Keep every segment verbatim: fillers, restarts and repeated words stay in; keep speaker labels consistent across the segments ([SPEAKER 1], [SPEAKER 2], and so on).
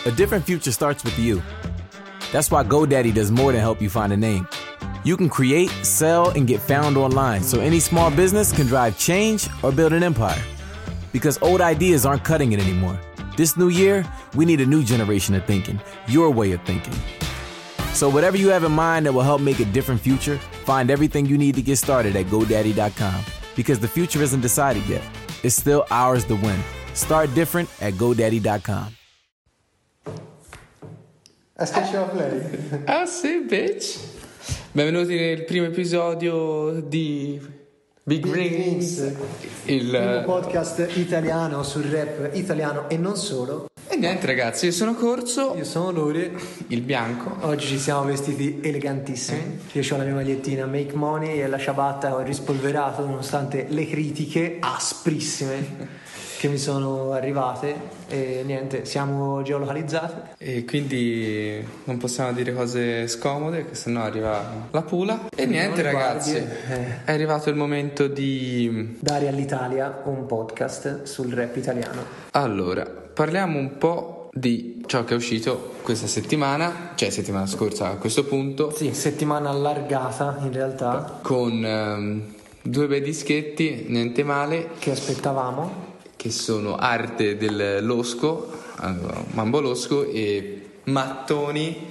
[SPEAKER 1] A different future starts with you. That's why GoDaddy does more than help you find a name. You can create, sell, and get found online so any small business can drive change or build an empire. Because old ideas aren't cutting it anymore. This new year, we need a new generation of thinking, your way of thinking. So whatever you have in mind that will help make a different future, find everything you need to get started at GoDaddy dot com. Because the future isn't decided yet. It's still ours to win. Start different at GoDaddy dot com.
[SPEAKER 2] Ascoltiamo play.
[SPEAKER 3] Ah sì, bitch. Benvenuti nel primo episodio di Big, Big Rings,
[SPEAKER 2] Rings,
[SPEAKER 3] il
[SPEAKER 2] primo podcast italiano sul rap italiano e non solo.
[SPEAKER 3] E niente ragazzi, io sono Corso.
[SPEAKER 2] Io sono Lore,
[SPEAKER 3] il bianco.
[SPEAKER 2] Oggi ci siamo vestiti elegantissimi. Io ho la mia magliettina Make Money e la ciabatta ho rispolverato nonostante le critiche asprissime che mi sono arrivate. E niente, siamo geolocalizzati
[SPEAKER 3] e quindi non possiamo dire cose scomode, che sennò arriva la pula. E niente ragazzi, eh. è arrivato il momento di
[SPEAKER 2] dare all'Italia un podcast sul rap italiano.
[SPEAKER 3] Allora, parliamo un po' di ciò che è uscito questa settimana, cioè settimana scorsa a questo punto.
[SPEAKER 2] Sì, settimana allargata in realtà,
[SPEAKER 3] con um, due bei dischetti, niente male,
[SPEAKER 2] che aspettavamo,
[SPEAKER 3] che sono Arte del Losco, Mambo Losco, e Mattoni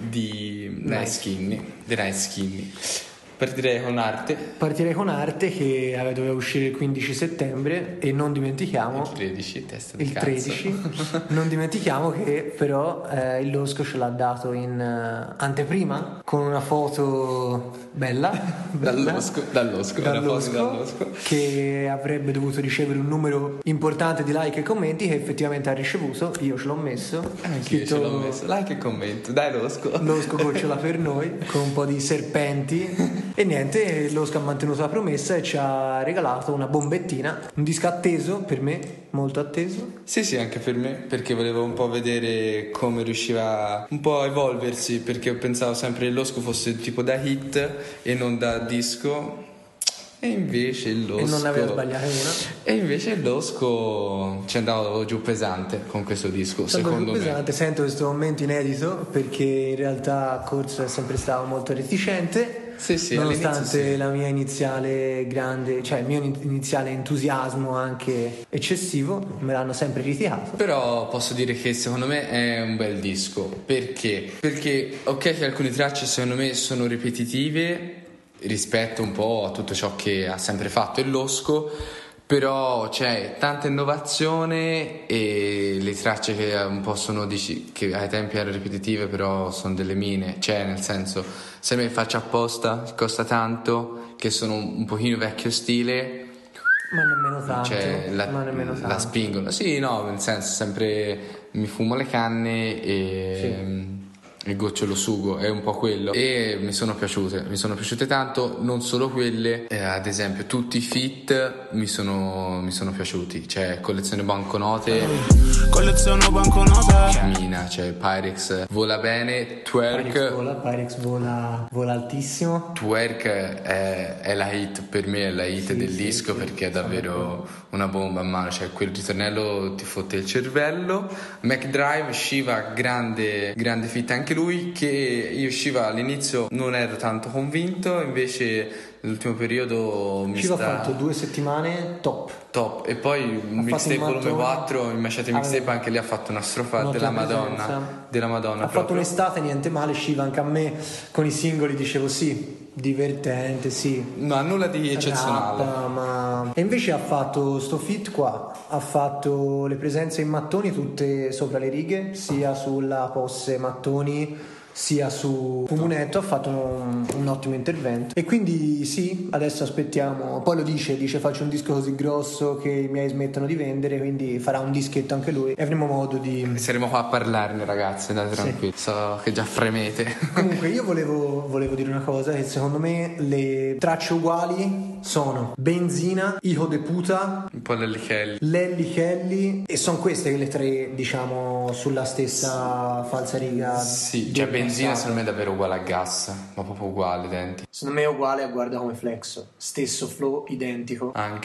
[SPEAKER 3] di Nice Skinny, di Nice Skinny. Partirei con Arte.
[SPEAKER 2] Partirei con Arte che doveva uscire il quindici settembre e non dimentichiamo
[SPEAKER 3] il tredici, testa di
[SPEAKER 2] il
[SPEAKER 3] cazzo.
[SPEAKER 2] tredici non dimentichiamo che però eh, il Losco ce l'ha dato in uh, anteprima con una foto bella, bella
[SPEAKER 3] dall'Osco, dall'Osco,
[SPEAKER 2] dall'Osco,
[SPEAKER 3] dall'Osco
[SPEAKER 2] che avrebbe dovuto ricevere un numero importante di like e commenti, che effettivamente ha ricevuto. Io ce l'ho messo,
[SPEAKER 3] anche io ce l'ho messo, like e commento, dai Losco.
[SPEAKER 2] Losco gocciola per noi, con un po' di serpenti. E niente, Losco ha mantenuto la promessa e ci ha regalato una bombettina, un disco atteso per me, molto atteso.
[SPEAKER 3] Sì sì, anche per me, perché volevo un po' vedere come riusciva un po' a evolversi, perché pensavo sempre che Losco fosse tipo da hit e non da disco. E invece il Losco,
[SPEAKER 2] e non ne aveva sbagliato una.
[SPEAKER 3] E invece il Losco ci è andato giù pesante con questo disco,
[SPEAKER 2] C'è
[SPEAKER 3] secondo
[SPEAKER 2] giù
[SPEAKER 3] me
[SPEAKER 2] pesante. Sento questo momento inedito perché in realtà Corso è sempre stato molto reticente.
[SPEAKER 3] Sì, sì,
[SPEAKER 2] nonostante
[SPEAKER 3] sì.
[SPEAKER 2] la mia iniziale grande, cioè il mio iniziale entusiasmo anche eccessivo, me l'hanno sempre ritirato.
[SPEAKER 3] Però posso dire che secondo me è un bel disco. Perché? Perché ok che alcune tracce secondo me sono ripetitive rispetto un po' a tutto ciò che ha sempre fatto il Losco, però c'è tanta innovazione e le tracce che un po' sono dici, che ai tempi erano ripetitive però sono delle mine, cioè nel senso se me faccio apposta costa tanto, che sono un pochino vecchio stile,
[SPEAKER 2] ma nemmeno tanto,
[SPEAKER 3] cioè, la,
[SPEAKER 2] ma nemmeno tanto.
[SPEAKER 3] La spingono, sì, no, nel senso sempre mi fumo le canne e
[SPEAKER 2] sì.
[SPEAKER 3] il gocciolo sugo, è un po' quello, e mi sono piaciute, mi sono piaciute tanto, non solo quelle, eh, ad esempio tutti i feat mi sono, mi sono piaciuti, cioè collezione banconote,
[SPEAKER 4] collezione banconote,
[SPEAKER 3] Mina, cioè Pyrex vola bene, Twerk
[SPEAKER 2] Pyrex vola, Pyrex vola, vola altissimo.
[SPEAKER 3] Twerk è, è la hit, per me è la hit
[SPEAKER 2] sì,
[SPEAKER 3] del
[SPEAKER 2] sì,
[SPEAKER 3] disco,
[SPEAKER 2] sì,
[SPEAKER 3] perché è
[SPEAKER 2] sì,
[SPEAKER 3] davvero una bomba a mano, cioè quel ritornello ti fotte il cervello. McDrive, Shiva, grande, grande feat anche lui, che io Shiva all'inizio non ero tanto convinto, invece nell'ultimo periodo mi
[SPEAKER 2] Shiva
[SPEAKER 3] sta...
[SPEAKER 2] ha fatto due settimane top
[SPEAKER 3] top, e poi un mixtape volume quattro, il Machete mixtape,
[SPEAKER 2] aveva...
[SPEAKER 3] anche lì ha fatto una strofa
[SPEAKER 2] Nota
[SPEAKER 3] della
[SPEAKER 2] presenza.
[SPEAKER 3] Madonna, della Madonna
[SPEAKER 2] ha
[SPEAKER 3] proprio.
[SPEAKER 2] fatto un'estate niente male Shiva, anche a me con i singoli dicevo sì, divertente, sì,
[SPEAKER 3] no, nulla di eccezionale,
[SPEAKER 2] Rappa, ma... e invece ha fatto sto feat qua, ha fatto le presenze in mattoni tutte sopra le righe, sia sulla Posse Mattoni sia su Comunetto, ha fatto un, un ottimo intervento, e quindi sì, adesso aspettiamo, poi lo dice, dice faccio un disco così grosso che i miei smettono di vendere, quindi farà un dischetto anche lui e avremo modo di...
[SPEAKER 3] Saremo qua a parlarne ragazzi, andate
[SPEAKER 2] sì.
[SPEAKER 3] tranquilli, so che già fremete.
[SPEAKER 2] Comunque io volevo, volevo dire una cosa, che secondo me le tracce uguali sono Benzina, Hijo de Puta,
[SPEAKER 3] un po' Lelly Kelly,
[SPEAKER 2] Lelly Kelly, e sono queste le tre, diciamo, sulla stessa falsariga.
[SPEAKER 3] Sì, cioè Benzina secondo me è davvero uguale a Gas, ma proprio uguale, identico.
[SPEAKER 2] Secondo me è uguale a Guarda come flexo, stesso flow, identico.
[SPEAKER 3] Anche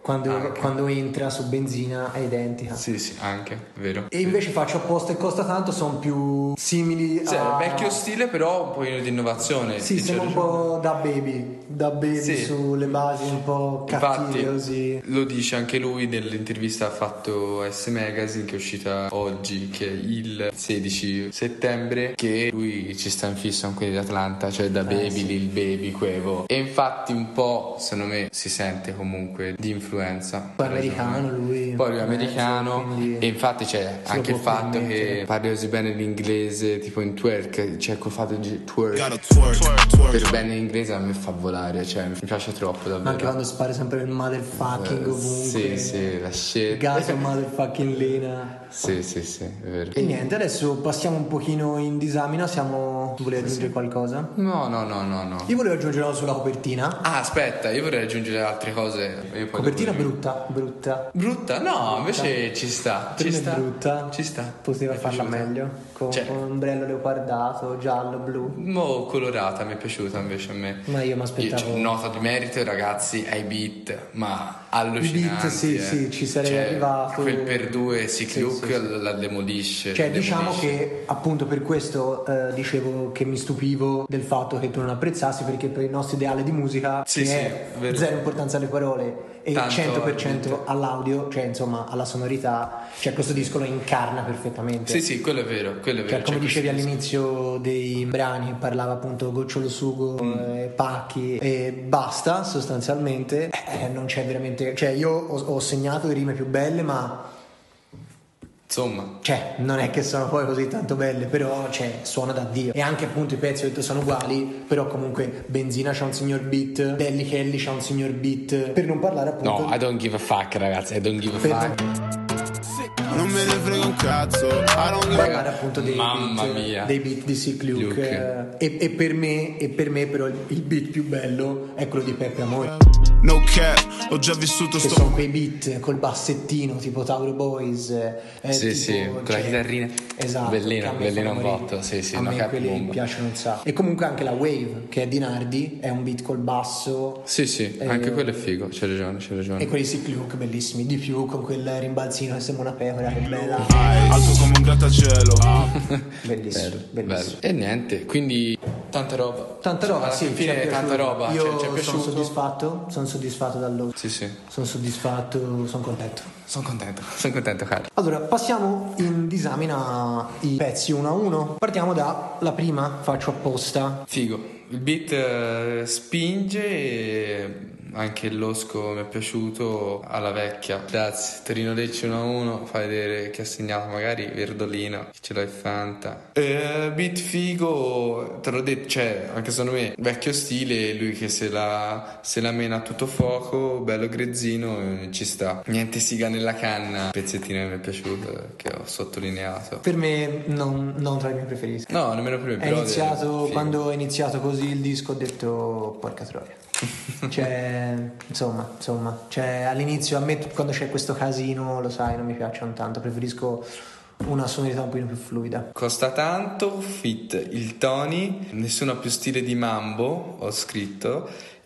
[SPEAKER 2] Quando, quando entra su Benzina è identica.
[SPEAKER 3] Sì, sì, anche, vero.
[SPEAKER 2] E invece Faccio apposta e costa tanto sono più simili
[SPEAKER 3] Sì,
[SPEAKER 2] a...
[SPEAKER 3] vecchio stile, però un pochino di innovazione.
[SPEAKER 2] Sì, sembra un po' da baby, da baby
[SPEAKER 3] Sì.
[SPEAKER 2] sulle basi un po' cattive.
[SPEAKER 3] Infatti,
[SPEAKER 2] così.
[SPEAKER 3] lo dice anche lui nell'intervista ha fatto a S Magazine, che è uscita oggi, che è il sedici settembre, che lui ci sta in fissa con quelli d'Atlanta, cioè da Baby,
[SPEAKER 2] sì.
[SPEAKER 3] Lil Baby, Quavo. E infatti un po', secondo me, si sente comunque di influenza.
[SPEAKER 2] Poi americano lui.
[SPEAKER 3] Poi lui è
[SPEAKER 2] mezzo,
[SPEAKER 3] americano,
[SPEAKER 2] quindi
[SPEAKER 3] e infatti c'è
[SPEAKER 2] se lo
[SPEAKER 3] anche il
[SPEAKER 2] può
[SPEAKER 3] fatto
[SPEAKER 2] permettere.
[SPEAKER 3] che parli così bene l'inglese, tipo in twerk, c'è quel fatto di twerk.
[SPEAKER 4] Gotta twerk, twerk.
[SPEAKER 3] Per bene l'inglese a me fa volare, cioè mi piace troppo davvero.
[SPEAKER 2] Anche quando spara sempre il motherfucking
[SPEAKER 3] Eh,
[SPEAKER 2] ovunque.
[SPEAKER 3] Sì, sì, la shit.
[SPEAKER 2] Gaso motherfucking Lena.
[SPEAKER 3] Sì, sì, sì, è vero.
[SPEAKER 2] E niente, adesso passiamo un pochino in disamina. Siamo... Volevi aggiungere qualcosa?
[SPEAKER 3] No, no, no, no, no.
[SPEAKER 2] Io volevo aggiungere una sulla copertina.
[SPEAKER 3] Ah, aspetta, io vorrei aggiungere altre cose. Io poi
[SPEAKER 2] Copertina
[SPEAKER 3] dopo-
[SPEAKER 2] brutta, brutta.
[SPEAKER 3] Brutta? No, invece ci sta.
[SPEAKER 2] Per
[SPEAKER 3] Ci
[SPEAKER 2] me
[SPEAKER 3] sta.
[SPEAKER 2] è brutta.
[SPEAKER 3] Ci sta.
[SPEAKER 2] Poteva
[SPEAKER 3] Mi è
[SPEAKER 2] farla
[SPEAKER 3] piaciuta.
[SPEAKER 2] meglio. Con,
[SPEAKER 3] Cioè-
[SPEAKER 2] con un ombrello leopardato, giallo, blu.
[SPEAKER 3] Mo' colorata, mi è piaciuta invece a me.
[SPEAKER 2] Ma io mi aspettavo-
[SPEAKER 3] Io, cioè, nota di merito, ragazzi, ai beat, ma allucinanti.
[SPEAKER 2] I beat, sì,
[SPEAKER 3] eh.
[SPEAKER 2] sì, ci sarei
[SPEAKER 3] Cioè,
[SPEAKER 2] arrivato.
[SPEAKER 3] Quel per due, Sick
[SPEAKER 2] Sì,
[SPEAKER 3] Luke
[SPEAKER 2] sì, sì.
[SPEAKER 3] la demolisce.
[SPEAKER 2] Cioè
[SPEAKER 3] la
[SPEAKER 2] diciamo
[SPEAKER 3] demolisce.
[SPEAKER 2] che appunto per questo eh, dicevo che mi stupivo del fatto che tu non apprezzassi, perché per il nostro ideale di musica
[SPEAKER 3] Sì,
[SPEAKER 2] che
[SPEAKER 3] sì,
[SPEAKER 2] è
[SPEAKER 3] vero.
[SPEAKER 2] zero importanza alle parole e
[SPEAKER 3] Tanto
[SPEAKER 2] cento per
[SPEAKER 3] al
[SPEAKER 2] cento
[SPEAKER 3] beat.
[SPEAKER 2] all'audio, cioè insomma alla sonorità, cioè questo disco lo incarna perfettamente.
[SPEAKER 3] Sì, sì, quello è vero, quello è vero.
[SPEAKER 2] Cioè, come
[SPEAKER 3] C'è
[SPEAKER 2] dicevi
[SPEAKER 3] questo-
[SPEAKER 2] all'inizio dei brani, parlava appunto Gocciolo Sugo,
[SPEAKER 3] Mm.
[SPEAKER 2] eh, Pacchi e basta sostanzialmente. Eh, non c'è veramente, cioè io ho, ho segnato le rime più belle, ma
[SPEAKER 3] Insomma,
[SPEAKER 2] cioè non è che sono poi così tanto belle, però cioè suona da Dio. E anche appunto i pezzi ho detto sono uguali, però comunque Benzina c'ha un signor beat, Belly Kelly c'ha un signor beat, per non parlare appunto
[SPEAKER 3] no, I don't give a fuck, ragazzi, I don't give a
[SPEAKER 2] per
[SPEAKER 3] fuck.
[SPEAKER 4] Non me ne frega un cazzo. I don't give a-
[SPEAKER 2] parlare appunto dei
[SPEAKER 3] Mamma
[SPEAKER 2] beat,
[SPEAKER 3] mia.
[SPEAKER 2] dei beat di Sick Luke,
[SPEAKER 3] Luke.
[SPEAKER 2] eh, e, e per me e per me però il, il beat più bello è quello di Peppe Amore,
[SPEAKER 4] No cap, ho già vissuto
[SPEAKER 2] che
[SPEAKER 4] sto.
[SPEAKER 2] sono quei beat col bassettino tipo Tauro Boys, eh,
[SPEAKER 3] Sì,
[SPEAKER 2] tipo,
[SPEAKER 3] sì, con la chitarrina.
[SPEAKER 2] esatto,
[SPEAKER 3] Bellino,
[SPEAKER 2] che a me
[SPEAKER 3] bellino
[SPEAKER 2] fanno
[SPEAKER 3] un
[SPEAKER 2] morire.
[SPEAKER 3] botto, sì, sì,
[SPEAKER 2] a
[SPEAKER 3] una
[SPEAKER 2] me
[SPEAKER 3] cap
[SPEAKER 2] quelli
[SPEAKER 3] bomba.
[SPEAKER 2] piacciono un sacco. E comunque anche la Wave che è di Nardi è un beat col basso.
[SPEAKER 3] Sì, sì,
[SPEAKER 2] Eh,
[SPEAKER 3] anche quello è figo, c'è ragione, c'è ragione.
[SPEAKER 2] E quelli Sick Luke bellissimi, di più con quel rimbalzino che sembra una pecora, che bella,
[SPEAKER 4] Alto come un grattacielo.
[SPEAKER 2] bellissimo,
[SPEAKER 3] Bello,
[SPEAKER 2] bellissimo.
[SPEAKER 3] bello. E niente, quindi tanta roba.
[SPEAKER 2] Tanta roba,
[SPEAKER 3] Alla
[SPEAKER 2] sì,
[SPEAKER 3] fine
[SPEAKER 2] ci è
[SPEAKER 3] tanta
[SPEAKER 2] piaciuto.
[SPEAKER 3] roba,
[SPEAKER 2] Io
[SPEAKER 3] cioè, ci è
[SPEAKER 2] sono
[SPEAKER 3] piaciuto.
[SPEAKER 2] soddisfatto, sono soddisfatto dall'otto.
[SPEAKER 3] Sì, sì,
[SPEAKER 2] Sono soddisfatto, sono contento.
[SPEAKER 3] sono contento, sono contento, caro.
[SPEAKER 2] Allora, passiamo in disamina i pezzi uno a uno. Partiamo dalla prima, faccio apposta.
[SPEAKER 3] Figo, il beat eh, spinge e anche il losco mi è piaciuto alla vecchia. Grazie, Torino Lecce uno a uno, fa vedere che ha segnato magari Verdolino, che ce l'ha il Fanta. Eh, beat figo, te l'ho detto, cioè anche secondo me vecchio stile, lui che se la, se la mena a tutto fuoco, bello grezzino, eh, ci sta. Niente siga nella canna, pezzettino che mi è piaciuto, che ho sottolineato.
[SPEAKER 2] Per me non, non tra i miei preferiti.
[SPEAKER 3] No, nemmeno per me,
[SPEAKER 2] È
[SPEAKER 3] però
[SPEAKER 2] iniziato,
[SPEAKER 3] figo.
[SPEAKER 2] quando è iniziato così il disco ho detto porca troia. Cioè, insomma, insomma, cioè all'inizio a me quando c'è questo casino, lo sai, non mi piacciono tanto, preferisco una sonorità un pochino più fluida.
[SPEAKER 3] Costa tanto, fit il Tony, nessuno ha più stile di Mambo, ho scritto,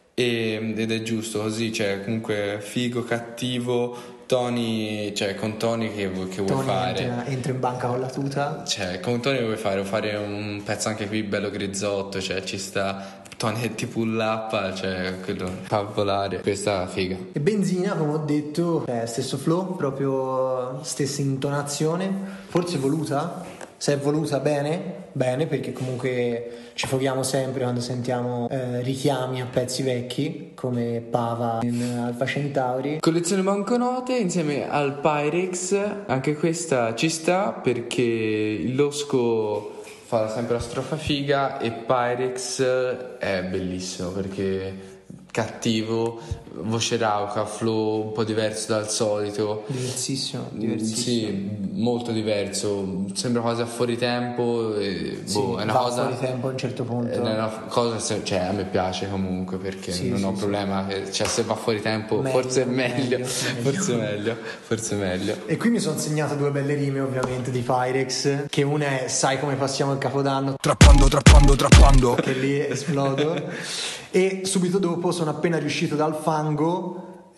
[SPEAKER 3] e- ed è giusto così, cioè comunque figo, cattivo, Tony, cioè con Tony che, vu- che vuoi
[SPEAKER 2] Tony
[SPEAKER 3] fare?
[SPEAKER 2] entra, entra in banca con la tuta.
[SPEAKER 3] Cioè con Tony vuoi fare? Vuoi fare un pezzo anche qui bello grizzotto, cioè ci sta, Tony è tipo un lappa, cioè quello fa volare, questa figa.
[SPEAKER 2] E Benzina, come ho detto, cioè, stesso flow, proprio stessa intonazione, forse voluta. Se è voluta bene, bene, perché comunque ci foghiamo sempre quando sentiamo eh, richiami a pezzi vecchi come Pava in Alpha Centauri.
[SPEAKER 3] Collezione banconote insieme al Pyrex, anche questa ci sta perché il losco fa sempre la strofa figa e Pyrex è bellissimo perché cattivo, voce rauca, flow un po' diverso dal solito.
[SPEAKER 2] Diversissimo, diversissimo.
[SPEAKER 3] Sì, molto diverso, sembra quasi a fuori tempo e,
[SPEAKER 2] Sì,
[SPEAKER 3] boh, è una
[SPEAKER 2] va
[SPEAKER 3] cosa
[SPEAKER 2] fuori tempo a un certo punto.
[SPEAKER 3] è una cosa, se- cioè a me piace comunque perché
[SPEAKER 2] Sì,
[SPEAKER 3] non
[SPEAKER 2] sì,
[SPEAKER 3] ho
[SPEAKER 2] sì.
[SPEAKER 3] problema, che- cioè se va fuori tempo
[SPEAKER 2] Meglio,
[SPEAKER 3] forse è meglio,
[SPEAKER 2] meglio,
[SPEAKER 3] forse è meglio, forse è meglio.
[SPEAKER 2] E qui mi sono segnato due belle rime ovviamente di Pyrex, che una è sai come passiamo il capodanno,
[SPEAKER 4] Trappando, trappando, trappando.
[SPEAKER 2] che lì esplodo, e subito dopo sono appena riuscito dal fango,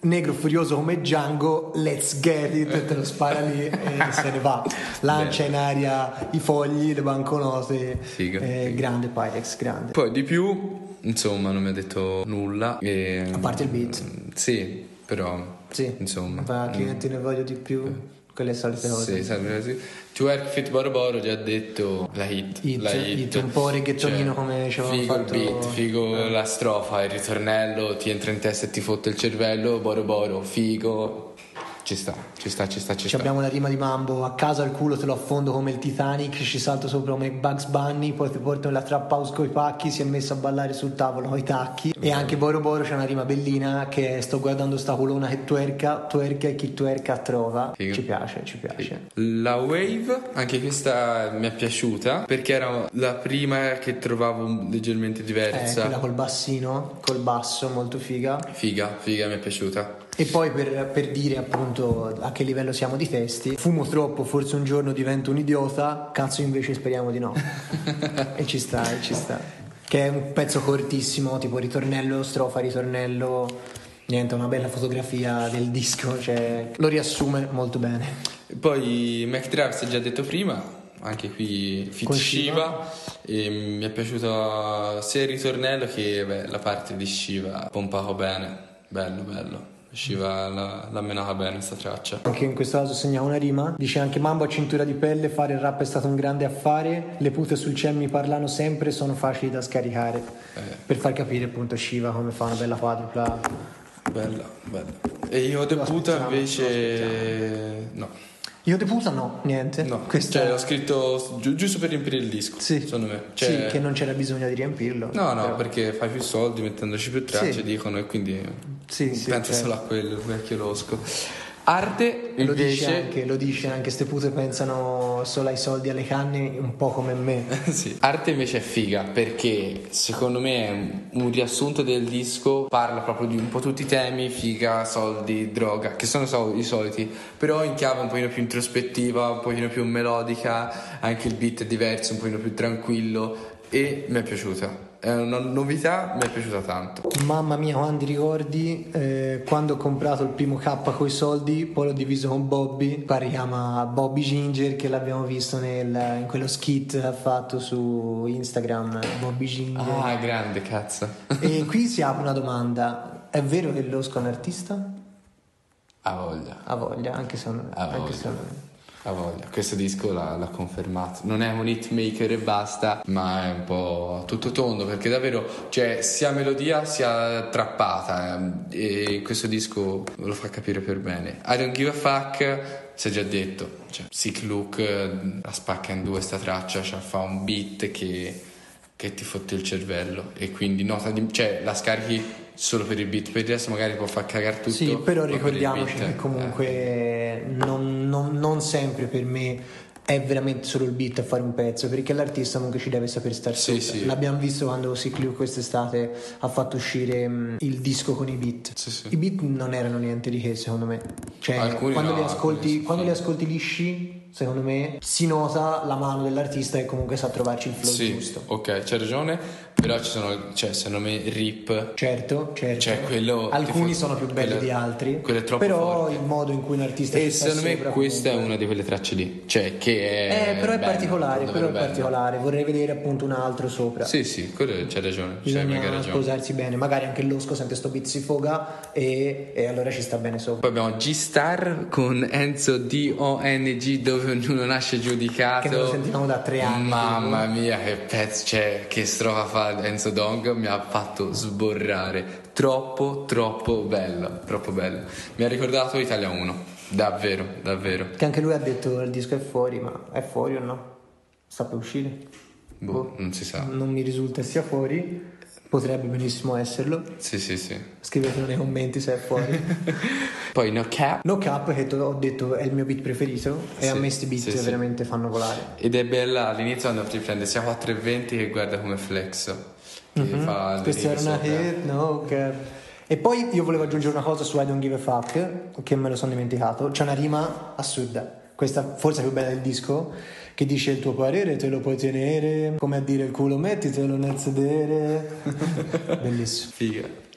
[SPEAKER 2] negro furioso come Django, let's get it, te lo spara lì e se ne va, lancia in aria i fogli, le banconote.
[SPEAKER 3] Figa,
[SPEAKER 2] eh,
[SPEAKER 3] figa.
[SPEAKER 2] Grande Pyrex, grande.
[SPEAKER 3] Poi di più, insomma, non mi ha detto nulla e,
[SPEAKER 2] A parte il beat.
[SPEAKER 3] sì, però
[SPEAKER 2] Sì,
[SPEAKER 3] insomma
[SPEAKER 2] ma clienti ne voglio di più, quelle solite cose.
[SPEAKER 3] sì, sempre così. Twerk Fit Boro Boro già detto la hit,
[SPEAKER 2] Hit,
[SPEAKER 3] la
[SPEAKER 2] hit, un po' reggaetonino come ci avevamo
[SPEAKER 3] figo
[SPEAKER 2] fatto.
[SPEAKER 3] il beat, figo
[SPEAKER 2] Eh.
[SPEAKER 3] la strofa, il ritornello ti entra in testa e ti fotte il cervello. Boro Boro, figo, ci sta, ci sta, ci sta, ci
[SPEAKER 2] Ci
[SPEAKER 3] sta.
[SPEAKER 2] abbiamo la rima di Mambo, a casa al culo te lo affondo come il Titanic, ci salto sopra come Bugs Bunny, poi ti porto nella trap house coi pacchi, si è messo a ballare sul tavolo coi tacchi. E anche Boro Boro c'è una rima bellina che è sto guardando sta culona che twerka, twerka e chi twerka trova.
[SPEAKER 3] Figo.
[SPEAKER 2] Ci piace, ci piace.
[SPEAKER 3] La Wave, anche questa mi è piaciuta perché era la prima che trovavo leggermente
[SPEAKER 2] Eh,
[SPEAKER 3] diversa.
[SPEAKER 2] quella col bassino, col basso, molto figa.
[SPEAKER 3] Figa, figa, mi è piaciuta.
[SPEAKER 2] E poi per, per dire appunto a che livello siamo di testi, fumo troppo, forse un giorno divento un idiota, cazzo invece speriamo di no. E ci sta, e ci sta. Che è un pezzo cortissimo, tipo ritornello, strofa, ritornello, niente, una bella fotografia del disco, cioè lo riassume molto bene.
[SPEAKER 3] Poi Mac Drive si è già detto prima, anche qui fit
[SPEAKER 2] Con
[SPEAKER 3] Shiva, e mi è piaciuto sia il ritornello che beh, la parte di Shiva, pompato bene, bello bello. Shiva l'ha, l'ha menata bene sta traccia.
[SPEAKER 2] Anche in questo caso segna una rima, dice anche Mambo a cintura di pelle, fare il rap è stato un grande affare, le pute sul ciel mi parlano sempre, sono facili da scaricare.
[SPEAKER 3] Eh.
[SPEAKER 2] Per far capire appunto Shiva come fa una bella quadrupla.
[SPEAKER 3] Bella, bella. E io deputa invece no.
[SPEAKER 2] Io de puta no, niente.
[SPEAKER 3] No,
[SPEAKER 2] Questa
[SPEAKER 3] cioè l'ho scritto gi- giusto per riempire il disco,
[SPEAKER 2] sì.
[SPEAKER 3] secondo me. Cioè,
[SPEAKER 2] Sì, che non c'era bisogno di riempirlo.
[SPEAKER 3] No, no,
[SPEAKER 2] però.
[SPEAKER 3] perché fai più soldi mettendoci più tracce,
[SPEAKER 2] Sì.
[SPEAKER 3] dicono, e quindi
[SPEAKER 2] Sì, sì,
[SPEAKER 3] pensa
[SPEAKER 2] certo.
[SPEAKER 3] solo a quello, vecchio losco. Arte
[SPEAKER 2] Lo dice
[SPEAKER 3] invece
[SPEAKER 2] anche, lo dice anche, ste pute pensano solo ai soldi, alle canne, un po' come me.
[SPEAKER 3] sì. Arte invece è figa perché secondo me è un, un riassunto del disco, parla proprio di un po' tutti i temi, figa, soldi, droga, che sono so- i soliti, però in chiave un pochino più introspettiva, un pochino più melodica, anche il beat è diverso, un pochino più tranquillo e mi è piaciuta. È una novità, mi è piaciuta tanto.
[SPEAKER 2] Mamma mia, quanti ricordi eh, quando ho comprato il primo K coi soldi, poi l'ho diviso con Bobby, qua si chiama Bobby Ginger, che l'abbiamo visto nel, in quello skit che ha fatto su Instagram, Bobby Ginger.
[SPEAKER 3] Ah, grande cazzo.
[SPEAKER 2] E qui si apre una domanda: è vero che Losco è un artista?
[SPEAKER 3] Ha voglia.
[SPEAKER 2] Ha voglia, anche se non,
[SPEAKER 3] Ha
[SPEAKER 2] anche
[SPEAKER 3] voglia.
[SPEAKER 2] se non-
[SPEAKER 3] Ha voglia. Questo disco l'ha, l'ha confermato. Non è un hitmaker e basta, ma è un po' tutto tondo perché davvero, cioè, sia melodia sia trappata. eh, E questo disco lo fa capire per bene. I Don't Give a Fuck, si è già detto. Cioè, Sick Look eh, la spacca in due sta traccia, cioè fa un beat che, che ti fotte il cervello. E quindi nota di, cioè, la scarichi solo per il beat, per il resto magari può far cagare tutto.
[SPEAKER 2] Sì, però
[SPEAKER 3] ma per il
[SPEAKER 2] ricordiamoci
[SPEAKER 3] beat,
[SPEAKER 2] che comunque
[SPEAKER 3] eh.
[SPEAKER 2] non, non- non sempre per me è veramente solo il beat a fare un pezzo, perché l'artista comunque ci deve saper star
[SPEAKER 3] Sì,
[SPEAKER 2] sopra.
[SPEAKER 3] sì.
[SPEAKER 2] L'abbiamo visto quando Sick Luke quest'estate ha fatto uscire mh, il disco con i beat.
[SPEAKER 3] Sì, sì.
[SPEAKER 2] I beat non erano niente di che, secondo me. Cioè,
[SPEAKER 3] Alcuni
[SPEAKER 2] quando,
[SPEAKER 3] no,
[SPEAKER 2] li ascolti,
[SPEAKER 3] alcuni sì.
[SPEAKER 2] quando li ascolti lisci, secondo me si nota la mano dell'artista e comunque sa trovarci il flow
[SPEAKER 3] Sì,
[SPEAKER 2] giusto.
[SPEAKER 3] ok, c'hai ragione, però ci sono, cioè, secondo me, rip.
[SPEAKER 2] Certo, certo.
[SPEAKER 3] Cioè, quello-
[SPEAKER 2] alcuni
[SPEAKER 3] tipo-
[SPEAKER 2] sono più belli
[SPEAKER 3] quello-
[SPEAKER 2] di altri,
[SPEAKER 3] quello è troppo
[SPEAKER 2] però
[SPEAKER 3] forte.
[SPEAKER 2] il modo in cui un artista
[SPEAKER 3] E
[SPEAKER 2] ci sta
[SPEAKER 3] secondo me
[SPEAKER 2] sopra
[SPEAKER 3] questa è
[SPEAKER 2] comunque-
[SPEAKER 3] una di quelle tracce lì, cioè che è
[SPEAKER 2] Eh, però è
[SPEAKER 3] bella,
[SPEAKER 2] particolare,
[SPEAKER 3] davvero
[SPEAKER 2] però è
[SPEAKER 3] bella.
[SPEAKER 2] particolare. Vorrei vedere appunto un altro sopra.
[SPEAKER 3] Sì, sì, quello c'hai ragione, c'hai mega
[SPEAKER 2] Bisogna
[SPEAKER 3] ragione.
[SPEAKER 2] sposarsi bene, magari anche l'Osco sente sto beat si foga e, e allora ci sta bene sopra.
[SPEAKER 3] Poi abbiamo G-Star con Enzo D O N G, dove ognuno nasce giudicato.
[SPEAKER 2] Che non lo sentivamo da tre anni,
[SPEAKER 3] Mamma
[SPEAKER 2] tipo.
[SPEAKER 3] mia, che pezzo, cioè, che strofa fa Enzo Dong, mi ha fatto sborrare. Troppo, troppo bello, troppo bello. Mi ha ricordato Italia uno, davvero, davvero.
[SPEAKER 2] Che anche lui ha detto il disco è fuori, ma è fuori o no? Sta per uscire?
[SPEAKER 3] Boh, non si sa.
[SPEAKER 2] Non mi risulta sia fuori, potrebbe benissimo esserlo.
[SPEAKER 3] Sì, sì, sì.
[SPEAKER 2] Scrivetelo nei commenti se è fuori.
[SPEAKER 3] Poi No Cap.
[SPEAKER 2] No Cap, che ho detto è il mio beat preferito, e
[SPEAKER 3] Sì,
[SPEAKER 2] a me sti beat
[SPEAKER 3] sì, sì.
[SPEAKER 2] veramente fanno volare.
[SPEAKER 3] Ed è bella all'inizio quando ti prende sia quattro e venti che guarda come flex. Che fa le
[SPEAKER 2] Questa era
[SPEAKER 3] righe
[SPEAKER 2] una
[SPEAKER 3] sopra.
[SPEAKER 2] hit, no Cap. E poi io volevo aggiungere una cosa su I Don't Give a Fuck, che me lo sono dimenticato. C'è una rima assurda, questa forse è più bella del disco, che dice il tuo parere te lo puoi tenere, come a dire il culo mettitelo nel sedere. Bellissimo.
[SPEAKER 3] Figa.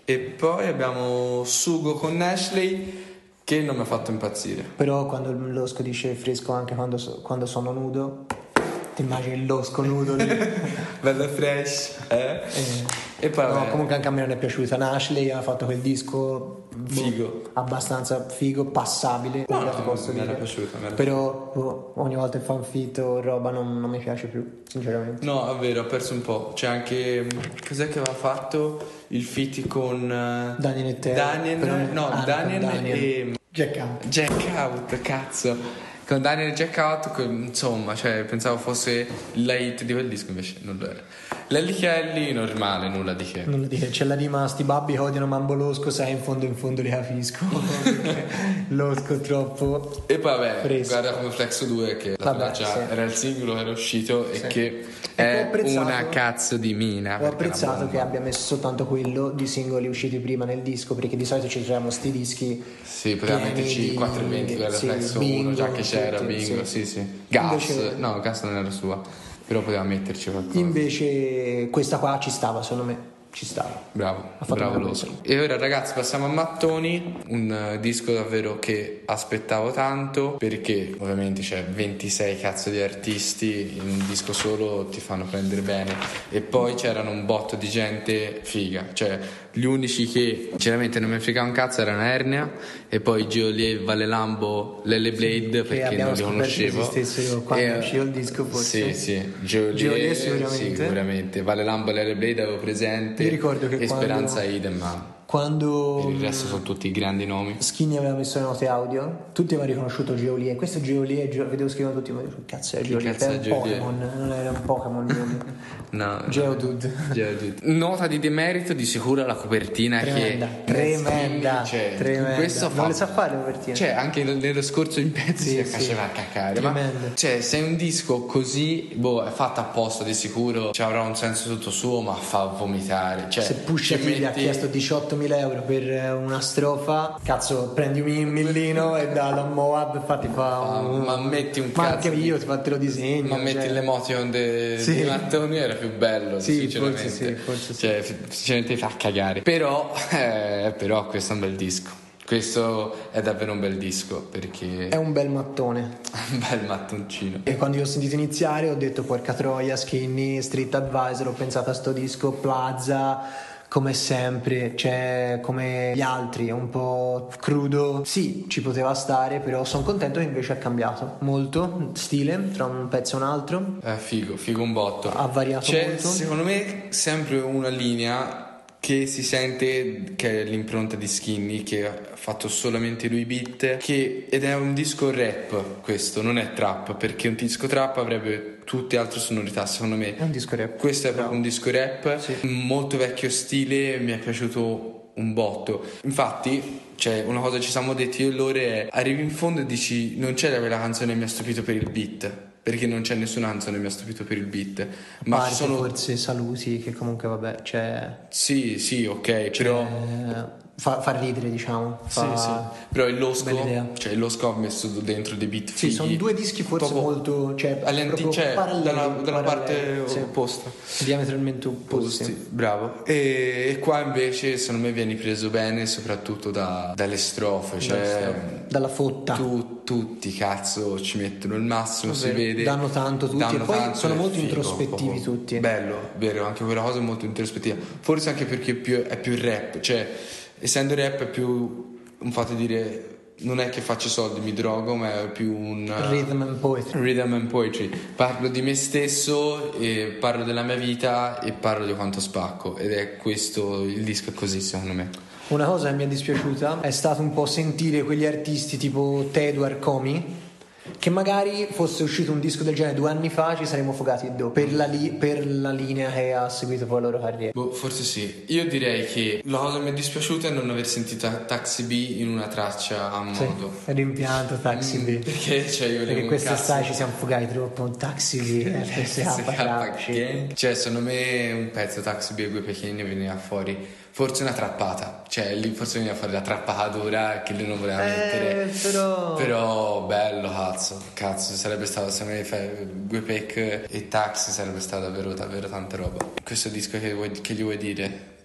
[SPEAKER 3] E poi abbiamo Sugo con Ashley, che non mi ha fatto impazzire.
[SPEAKER 2] Però quando il losco dice fresco anche quando, so, quando sono nudo, ti immagini il losco nudo lì.
[SPEAKER 3] Bello fresh, eh?
[SPEAKER 2] Eh.
[SPEAKER 3] E poi
[SPEAKER 2] No,
[SPEAKER 3] vabbè,
[SPEAKER 2] comunque anche a me non è piaciuta. Ashley ha fatto quel disco
[SPEAKER 3] Figo.
[SPEAKER 2] boh, abbastanza figo, passabile,
[SPEAKER 3] No,
[SPEAKER 2] ti posso
[SPEAKER 3] mi era
[SPEAKER 2] dire.
[SPEAKER 3] piaciuto, mi era
[SPEAKER 2] Però boh, ogni volta il fanfit o roba non, non mi piace più, sinceramente.
[SPEAKER 3] No, è vero, ho perso un po'. C'è anche. Cos'è che aveva fatto? Il feat con. eh,
[SPEAKER 2] Daniel e Teo.
[SPEAKER 3] Daniel.
[SPEAKER 2] Però-
[SPEAKER 3] No,
[SPEAKER 2] ah,
[SPEAKER 3] Daniel,
[SPEAKER 2] con Daniel.
[SPEAKER 3] e.
[SPEAKER 2] Jack Out.
[SPEAKER 3] Jack Out, cazzo. Con Daniel e Jack Out, que- insomma, cioè, pensavo fosse la hit di quel disco, invece non lo era. Lelly Kelly, normale, nulla di che.
[SPEAKER 2] Non lo dire, c'è la rima sti babbi che odiano Mambo Losco, sai, in fondo in fondo li capisco. Perché Losco troppo.
[SPEAKER 3] E poi vabbè,
[SPEAKER 2] Fresco.
[SPEAKER 3] guarda come Flexo due, che la
[SPEAKER 2] Vabbè,
[SPEAKER 3] già
[SPEAKER 2] sì.
[SPEAKER 3] era il singolo che era uscito
[SPEAKER 2] Sì.
[SPEAKER 3] e che
[SPEAKER 2] E
[SPEAKER 3] è
[SPEAKER 2] ho apprezzato-
[SPEAKER 3] una cazzo di mina.
[SPEAKER 2] Ho
[SPEAKER 3] perché è una
[SPEAKER 2] apprezzato
[SPEAKER 3] bomba.
[SPEAKER 2] che abbia messo soltanto quello di singoli usciti prima nel disco, perché di solito ci troviamo sti dischi.
[SPEAKER 3] Sì, poteva
[SPEAKER 2] pieni
[SPEAKER 3] metterci
[SPEAKER 2] di-
[SPEAKER 3] quattro venti, quella
[SPEAKER 2] sì,
[SPEAKER 3] Flex
[SPEAKER 2] Bingo,
[SPEAKER 3] uno, già che c'era,
[SPEAKER 2] tutti,
[SPEAKER 3] bingo,
[SPEAKER 2] sì.
[SPEAKER 3] sì, sì. Gas,
[SPEAKER 2] Invece-
[SPEAKER 3] no, Gas non era sua, però poteva metterci qualcosa.
[SPEAKER 2] Invece questa qua ci stava, secondo me, ci stava.
[SPEAKER 3] Bravo,
[SPEAKER 2] Ha fatto
[SPEAKER 3] bravo
[SPEAKER 2] una
[SPEAKER 3] Losco.
[SPEAKER 2] cosa.
[SPEAKER 3] E ora ragazzi passiamo a Mattoni, un eh, disco davvero che aspettavo tanto, perché ovviamente c'è ventisei cazzo di artisti, in un disco solo ti fanno prendere bene, e poi c'erano un botto di gente figa, cioè gli unici che sinceramente non mi fregava un cazzo erano Ernia e poi Geolier, Vale Lambo, Lele Blade, perché
[SPEAKER 2] abbiamo
[SPEAKER 3] non li
[SPEAKER 2] scoperto che
[SPEAKER 3] conoscevo.
[SPEAKER 2] esistessero quando
[SPEAKER 3] E-
[SPEAKER 2] usciva il disco, forse.
[SPEAKER 3] Sì, sì, Geolier,
[SPEAKER 2] Geolier sicuramente.
[SPEAKER 3] sicuramente. Vale Lambo e Lele Blade avevo presente.
[SPEAKER 2] Io ricordo che
[SPEAKER 3] e
[SPEAKER 2] quando-
[SPEAKER 3] Speranza idem, ma
[SPEAKER 2] Quando
[SPEAKER 3] per il resto sono tutti grandi nomi.
[SPEAKER 2] Skinny aveva messo le note audio, tutti avevano riconosciuto Geolier. Questo è Geolier, Geo- vedevo scrivano tutti, ma che cazzo è Geolier?
[SPEAKER 3] cazzo
[SPEAKER 2] È
[SPEAKER 3] è
[SPEAKER 2] un
[SPEAKER 3] Geolier?
[SPEAKER 2] Pokémon, non era un Pokémon Geolier.
[SPEAKER 3] No,
[SPEAKER 2] Geodude.
[SPEAKER 3] Geodude. Nota di demerito di sicuro la copertina
[SPEAKER 2] Tremenda,
[SPEAKER 3] che
[SPEAKER 2] tremenda,
[SPEAKER 3] cioè,
[SPEAKER 2] tremenda.
[SPEAKER 3] questo
[SPEAKER 2] Non
[SPEAKER 3] fa...
[SPEAKER 2] le sa fare le copertine.
[SPEAKER 3] Cioè, anche nello scorso in pezzi
[SPEAKER 2] Sì,
[SPEAKER 3] si
[SPEAKER 2] sì.
[SPEAKER 3] faceva a cacare. Ma
[SPEAKER 2] Tremendo.
[SPEAKER 3] cioè, se è un disco così, boh, è fatto apposta di sicuro, ci avrà un senso tutto suo, ma fa vomitare. Cioè,
[SPEAKER 2] Se Pusha
[SPEAKER 3] ci
[SPEAKER 2] T gli ha
[SPEAKER 3] metti-
[SPEAKER 2] chiesto diciottomila euro per eh, una strofa, cazzo, prendi un millino e da Moab infatti fa
[SPEAKER 3] Ah,
[SPEAKER 2] un...
[SPEAKER 3] ma metti un
[SPEAKER 2] Ma
[SPEAKER 3] cazzo
[SPEAKER 2] anche
[SPEAKER 3] di-
[SPEAKER 2] io ti fa te lo disegno.
[SPEAKER 3] Ma metti
[SPEAKER 2] cioè.
[SPEAKER 3] l'emotion de-
[SPEAKER 2] Sì.
[SPEAKER 3] di Mattoni era più bello,
[SPEAKER 2] Sì,
[SPEAKER 3] sinceramente.
[SPEAKER 2] forse sì, forse sì.
[SPEAKER 3] Cioè, sinceramente fa cagare. Però, eh, però questo è un bel disco. Questo è davvero un bel disco perché
[SPEAKER 2] È un bel mattone.
[SPEAKER 3] un bel mattoncino.
[SPEAKER 2] E quando io ho sentito iniziare ho detto porca troia, Skinny, Street Advisor, ho pensato a sto disco, Plaza, come sempre, cioè come gli altri, è un po' crudo. Sì, ci poteva stare, però sono contento che invece ha cambiato molto stile tra un pezzo e un altro.
[SPEAKER 3] È figo, figo un botto.
[SPEAKER 2] Ha variato
[SPEAKER 3] C'è
[SPEAKER 2] molto.
[SPEAKER 3] secondo me sempre una linea che si sente che è l'impronta di Skinny, che ha fatto solamente lui beat, che, ed è un disco rap questo, non è trap, perché un disco trap avrebbe tutte altre sonorità secondo me.
[SPEAKER 2] È un disco rap.
[SPEAKER 3] Questo è proprio un disco rap,
[SPEAKER 2] Sì.
[SPEAKER 3] molto vecchio stile, mi è piaciuto un botto. Infatti, cioè, una cosa ci siamo detti io e loro è: arrivi in fondo e dici non c'è quella canzone che mi ha stupito per il beat, perché non c'è nessuna canzone che mi ha stupito per il beat, ma
[SPEAKER 2] Parte
[SPEAKER 3] ci sono
[SPEAKER 2] forse Saluti, che comunque vabbè, c'è...
[SPEAKER 3] sì, sì, ok, però
[SPEAKER 2] eh, fa, fa ridere, diciamo. Fa...
[SPEAKER 3] sì, sì. Però il Losco,
[SPEAKER 2] Bella idea.
[SPEAKER 3] cioè il Losco ha messo dentro dei beat
[SPEAKER 2] Sì,
[SPEAKER 3] fighi.
[SPEAKER 2] sono due dischi forse
[SPEAKER 3] Proprio
[SPEAKER 2] molto, cioè,
[SPEAKER 3] all'anti-
[SPEAKER 2] proprio
[SPEAKER 3] cioè,
[SPEAKER 2] paralleli,
[SPEAKER 3] da una, da una parte
[SPEAKER 2] paralleli, sì.
[SPEAKER 3] opposta.
[SPEAKER 2] Diametralmente opposti.
[SPEAKER 3] Posti, bravo. E, e qua invece secondo me vieni preso bene soprattutto da- dalle strofe, cioè
[SPEAKER 2] Dalla fotta.
[SPEAKER 3] tu, tutti cazzo ci mettono il massimo, si
[SPEAKER 2] Vero.
[SPEAKER 3] vede,
[SPEAKER 2] Danno tanto tutti,
[SPEAKER 3] danno
[SPEAKER 2] e poi
[SPEAKER 3] tanto,
[SPEAKER 2] sono
[SPEAKER 3] è
[SPEAKER 2] molto
[SPEAKER 3] figo,
[SPEAKER 2] introspettivi
[SPEAKER 3] proprio.
[SPEAKER 2] tutti.
[SPEAKER 3] Bello, vero, anche quella cosa è molto introspettiva, forse anche perché è più, è più rap, cioè essendo rap è più un fatto di dire non è che faccio soldi, mi drogo, ma è più un
[SPEAKER 2] Rhythm and poetry.
[SPEAKER 3] Rhythm and poetry. Parlo di me stesso, e parlo della mia vita e parlo di quanto spacco, ed è questo, il disco è così secondo me.
[SPEAKER 2] Una cosa che mi è dispiaciuta è stato un po' sentire quegli artisti tipo Tedwar Comi, che magari fosse uscito un disco del genere due anni fa ci saremmo fogati dopo per la, li- per la linea che ha seguito poi la loro carriera.
[SPEAKER 3] Boh, forse sì. Io direi che la cosa che mi è dispiaciuta è non aver sentito Taxi B in una traccia a
[SPEAKER 2] Sì,
[SPEAKER 3] modo.
[SPEAKER 2] rimpianto Taxi
[SPEAKER 3] Mm,
[SPEAKER 2] B.
[SPEAKER 3] Perché cioè io
[SPEAKER 2] Perché
[SPEAKER 3] volevo un
[SPEAKER 2] quest'estate
[SPEAKER 3] cazzo-
[SPEAKER 2] ci siamo fogati troppo un Taxi B, F S H Tracci.
[SPEAKER 3] Gang. Cioè secondo me un pezzo Taxi B e Gue Pequeno veniva fuori forse una trappata, cioè lì forse veniva fuori la trappata dura che lui non voleva mettere,
[SPEAKER 2] Eh, però...
[SPEAKER 3] però bello cazzo, cazzo sarebbe stato, se me fai Gue Pec e Taxi sarebbe stato davvero davvero tanta roba. Questo disco che, vuoi, che gli vuoi dire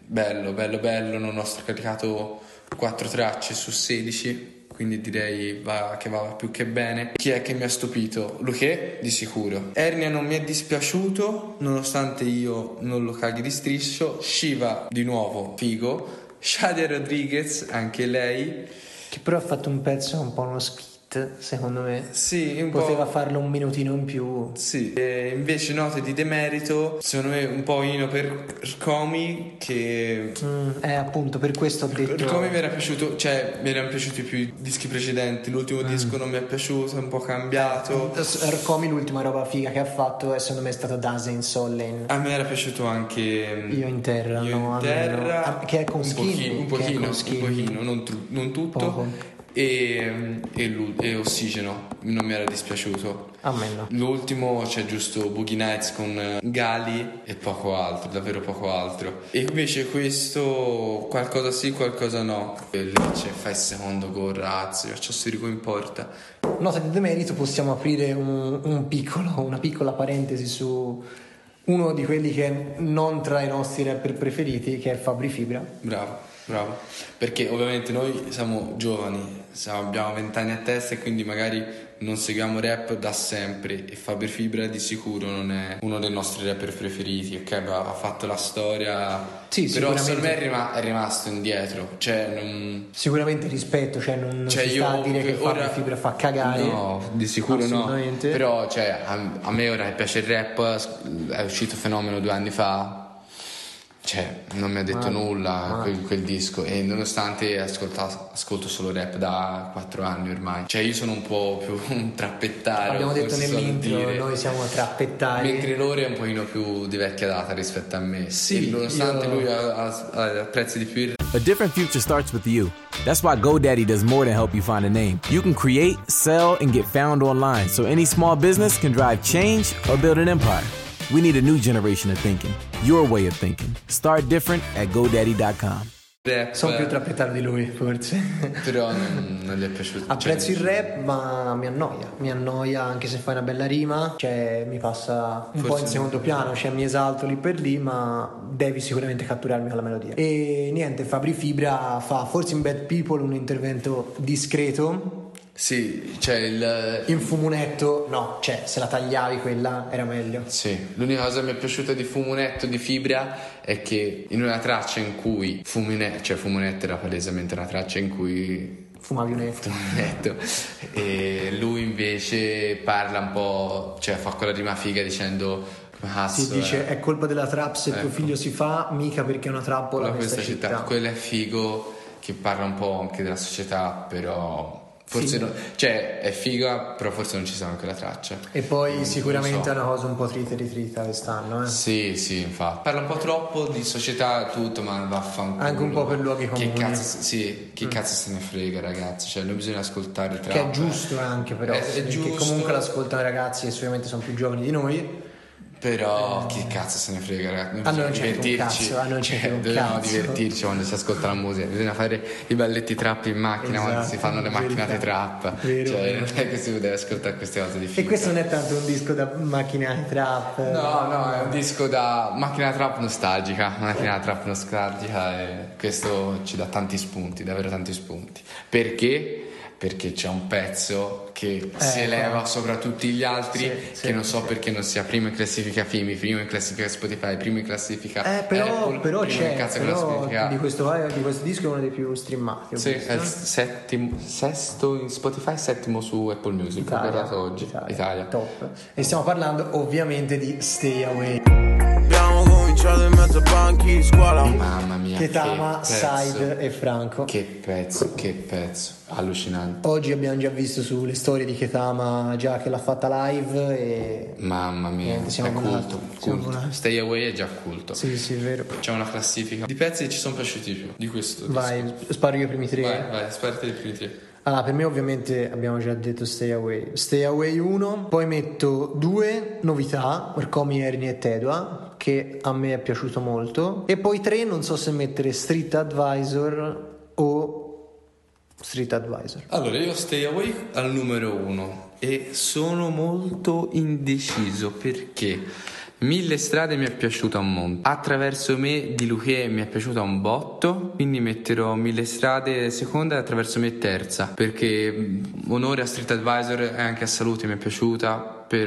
[SPEAKER 3] bello, bello, bello. Non ho scaricato quattro tracce su sedici, quindi direi va, che va più che bene. Chi è che mi ha stupito? Luché, di sicuro. Ernia non mi è dispiaciuto, nonostante io non lo caghi di striscio. Shiva, di nuovo, figo. Shadia Rodriguez, anche lei,
[SPEAKER 2] che però ha fatto un pezzo un po' uno skit, secondo me.
[SPEAKER 3] Sì, un
[SPEAKER 2] poteva
[SPEAKER 3] po'...
[SPEAKER 2] farlo un minutino in più.
[SPEAKER 3] Sì. E invece note di demerito, secondo me un po' ino per Rkomi, che
[SPEAKER 2] mm, eh appunto per questo ho detto
[SPEAKER 3] Rkomi mi era piaciuto, cioè mi erano piaciuti più i dischi precedenti. L'ultimo mm. disco non mi è piaciuto, è un po' cambiato.
[SPEAKER 2] Rkomi l'ultima roba figa che ha fatto è secondo me è stato Dasein Sollen.
[SPEAKER 3] A me era piaciuto anche
[SPEAKER 2] Io in terra,
[SPEAKER 3] Io
[SPEAKER 2] no,
[SPEAKER 3] in terra
[SPEAKER 2] no. Che è con
[SPEAKER 3] un
[SPEAKER 2] Skin,
[SPEAKER 3] pochino, un pochino, un pochino, non, tru- non tutto.
[SPEAKER 2] Poco.
[SPEAKER 3] E, e, lu- e Ossigeno non mi era dispiaciuto.
[SPEAKER 2] A me no.
[SPEAKER 3] L'ultimo c'è giusto Boogie Nights con Gali e poco altro, davvero poco altro. E invece questo qualcosa sì, qualcosa no. E lì c'è fa il secondo gol, razzo, ciò si rico in porta.
[SPEAKER 2] Nota di demerito, possiamo aprire un, un piccolo, una piccola parentesi su uno di quelli che non tra i nostri rapper preferiti, che è Fabri Fibra.
[SPEAKER 3] Bravo. Bravo, perché ovviamente noi siamo giovani, siamo, abbiamo vent'anni a testa e quindi magari non seguiamo rap da sempre, e Fabri Fibra di sicuro non è uno dei nostri rapper preferiti, ok? Ha fatto la storia,
[SPEAKER 2] sì,
[SPEAKER 3] però secondo me è, rima- è rimasto indietro, cioè non...
[SPEAKER 2] sicuramente rispetto, cioè non, non
[SPEAKER 3] cioè
[SPEAKER 2] si sta a dire che
[SPEAKER 3] ora...
[SPEAKER 2] Fabri Fibra fa cagare,
[SPEAKER 3] no, di sicuro no, però cioè a, a me ora che piace il rap, è uscito Fenomeno due anni fa. Cioè, non mi ha detto ah, nulla ah. Quel, quel disco, e nonostante ascolta, ascolto solo rap da quattro anni ormai. Cioè, io sono un po' più un trappettaro.
[SPEAKER 2] Abbiamo detto nell'intro, dire. Noi siamo trappettari.
[SPEAKER 3] Mentre loro è un pochino più di vecchia data rispetto a me.
[SPEAKER 2] Sì,
[SPEAKER 3] e nonostante
[SPEAKER 2] io...
[SPEAKER 3] lui apprezzi di più il...
[SPEAKER 1] A different future starts with you. That's why GoDaddy does more than help you find a name. You can create, sell, and get found online, so any small business can drive change or build an empire. We need a new generation of thinking. Your way of thinking. Start different at GoDaddy dot com.
[SPEAKER 3] Rap,
[SPEAKER 2] sono più trappettato di lui, forse.
[SPEAKER 3] Però non, non gli è piaciuto.
[SPEAKER 2] Apprezzo il rap, ma mi annoia. Mi annoia anche se fai una bella rima. Cioè, mi passa un forse po' in secondo piano. Cioè, mi esalto lì per lì, ma devi sicuramente catturarmi alla melodia. E niente, Fabri Fibra fa forse in Bad People un intervento discreto.
[SPEAKER 3] Sì, cioè il...
[SPEAKER 2] in Fumunetto no, cioè se la tagliavi quella era meglio.
[SPEAKER 3] Sì, l'unica cosa che mi è piaciuta di Fumunetto di Fibra è che in una traccia in cui Fumunetto, cioè Fumunetto era palesemente una traccia in cui
[SPEAKER 2] fumavi un netto,
[SPEAKER 3] un netto e lui invece parla un po', cioè fa quella rima figa dicendo cazzo,
[SPEAKER 2] si dice
[SPEAKER 3] è,
[SPEAKER 2] è colpa della trap se
[SPEAKER 3] ecco. Tuo
[SPEAKER 2] figlio si fa, mica perché è una trappola questa, questa città. città
[SPEAKER 3] Quello è figo, che parla un po' anche della società, però forse
[SPEAKER 2] sì.
[SPEAKER 3] non, cioè è figa, però forse non ci sarà anche la traccia.
[SPEAKER 2] E poi
[SPEAKER 3] non,
[SPEAKER 2] sicuramente
[SPEAKER 3] non so.
[SPEAKER 2] È una cosa un po' trita e ritrita quest'anno, eh?
[SPEAKER 3] Sì, sì, infatti. Parla un po' troppo di società e tutto, ma vaffanculo.
[SPEAKER 2] Anche un po' per luoghi comuni.
[SPEAKER 3] Che cazzo, sì, che mm. cazzo se ne frega, ragazzi. Cioè, non bisogna ascoltare trap.
[SPEAKER 2] Che è giusto anche, però.
[SPEAKER 3] È, è giusto.
[SPEAKER 2] Comunque l'ascoltano i ragazzi e sicuramente sono più giovani di noi.
[SPEAKER 3] Però che cazzo se ne frega, ragazzi.
[SPEAKER 2] A noi c'è un cazzo, a noi c'è
[SPEAKER 3] cioè,
[SPEAKER 2] un
[SPEAKER 3] dobbiamo
[SPEAKER 2] cazzo.
[SPEAKER 3] divertirci quando si ascolta la musica. Bisogna fare i balletti trap in macchina, esatto, quando si fanno le macchinate trap.
[SPEAKER 2] Vero,
[SPEAKER 3] cioè
[SPEAKER 2] vero.
[SPEAKER 3] non è che si deve ascoltare queste cose di figa.
[SPEAKER 2] E questo non è tanto un disco da macchinate trap.
[SPEAKER 3] No, no, è un disco da macchina trap nostalgica. Macchina trap nostalgica, e questo ci dà tanti spunti, davvero tanti spunti. Perché? Perché c'è un pezzo che eh, si eleva eh. sopra tutti gli altri, sì, che sì, non so sì. perché non sia primo in classifica Fimi, primo in classifica Spotify, primo in classifica
[SPEAKER 2] eh, però,
[SPEAKER 3] Apple,
[SPEAKER 2] però c'è
[SPEAKER 3] in
[SPEAKER 2] però di questo, di questo disco è uno dei più streamati.
[SPEAKER 3] Sì, è il settimo, sesto in Spotify, settimo su Apple Music. Italia, ho guardato oggi.
[SPEAKER 2] Italia,
[SPEAKER 3] Italia.
[SPEAKER 2] Top. E stiamo parlando ovviamente di Stay Away.
[SPEAKER 4] Abbiamo cominciato in mezzo a banchi di scuola.
[SPEAKER 3] Mamma mia,
[SPEAKER 2] Ketama,
[SPEAKER 3] che pezzo.
[SPEAKER 2] Side e Franco.
[SPEAKER 3] Che pezzo, che pezzo, allucinante.
[SPEAKER 2] Oggi abbiamo già visto sulle storie di Ketama già che l'ha fatta live e
[SPEAKER 3] mamma mia,
[SPEAKER 2] niente, siamo
[SPEAKER 3] è culto, culto. Stay Away è già culto.
[SPEAKER 2] Sì, sì, è vero.
[SPEAKER 3] C'è una classifica di pezzi che ci sono piaciuti più di questo.
[SPEAKER 2] Vai,
[SPEAKER 3] disco.
[SPEAKER 2] sparo io i primi tre.
[SPEAKER 3] Vai, vai, sparate i primi tre.
[SPEAKER 2] Allora, per me ovviamente abbiamo già detto Stay Away. Stay Away uno, poi metto due novità, Rkomi, Ernie e Tedua, che a me è piaciuto molto. E poi tre, non so se mettere Street Advisor o Street Advisor.
[SPEAKER 3] Allora, io Stay Away al numero uno e sono molto indeciso perché Mille strade mi è piaciuta un mondo. Attraverso me di Luché mi è piaciuta un botto, quindi metterò Mille strade seconda e Attraverso me terza, perché mh, onore a Street Advisor e anche a Salute mi è piaciuta,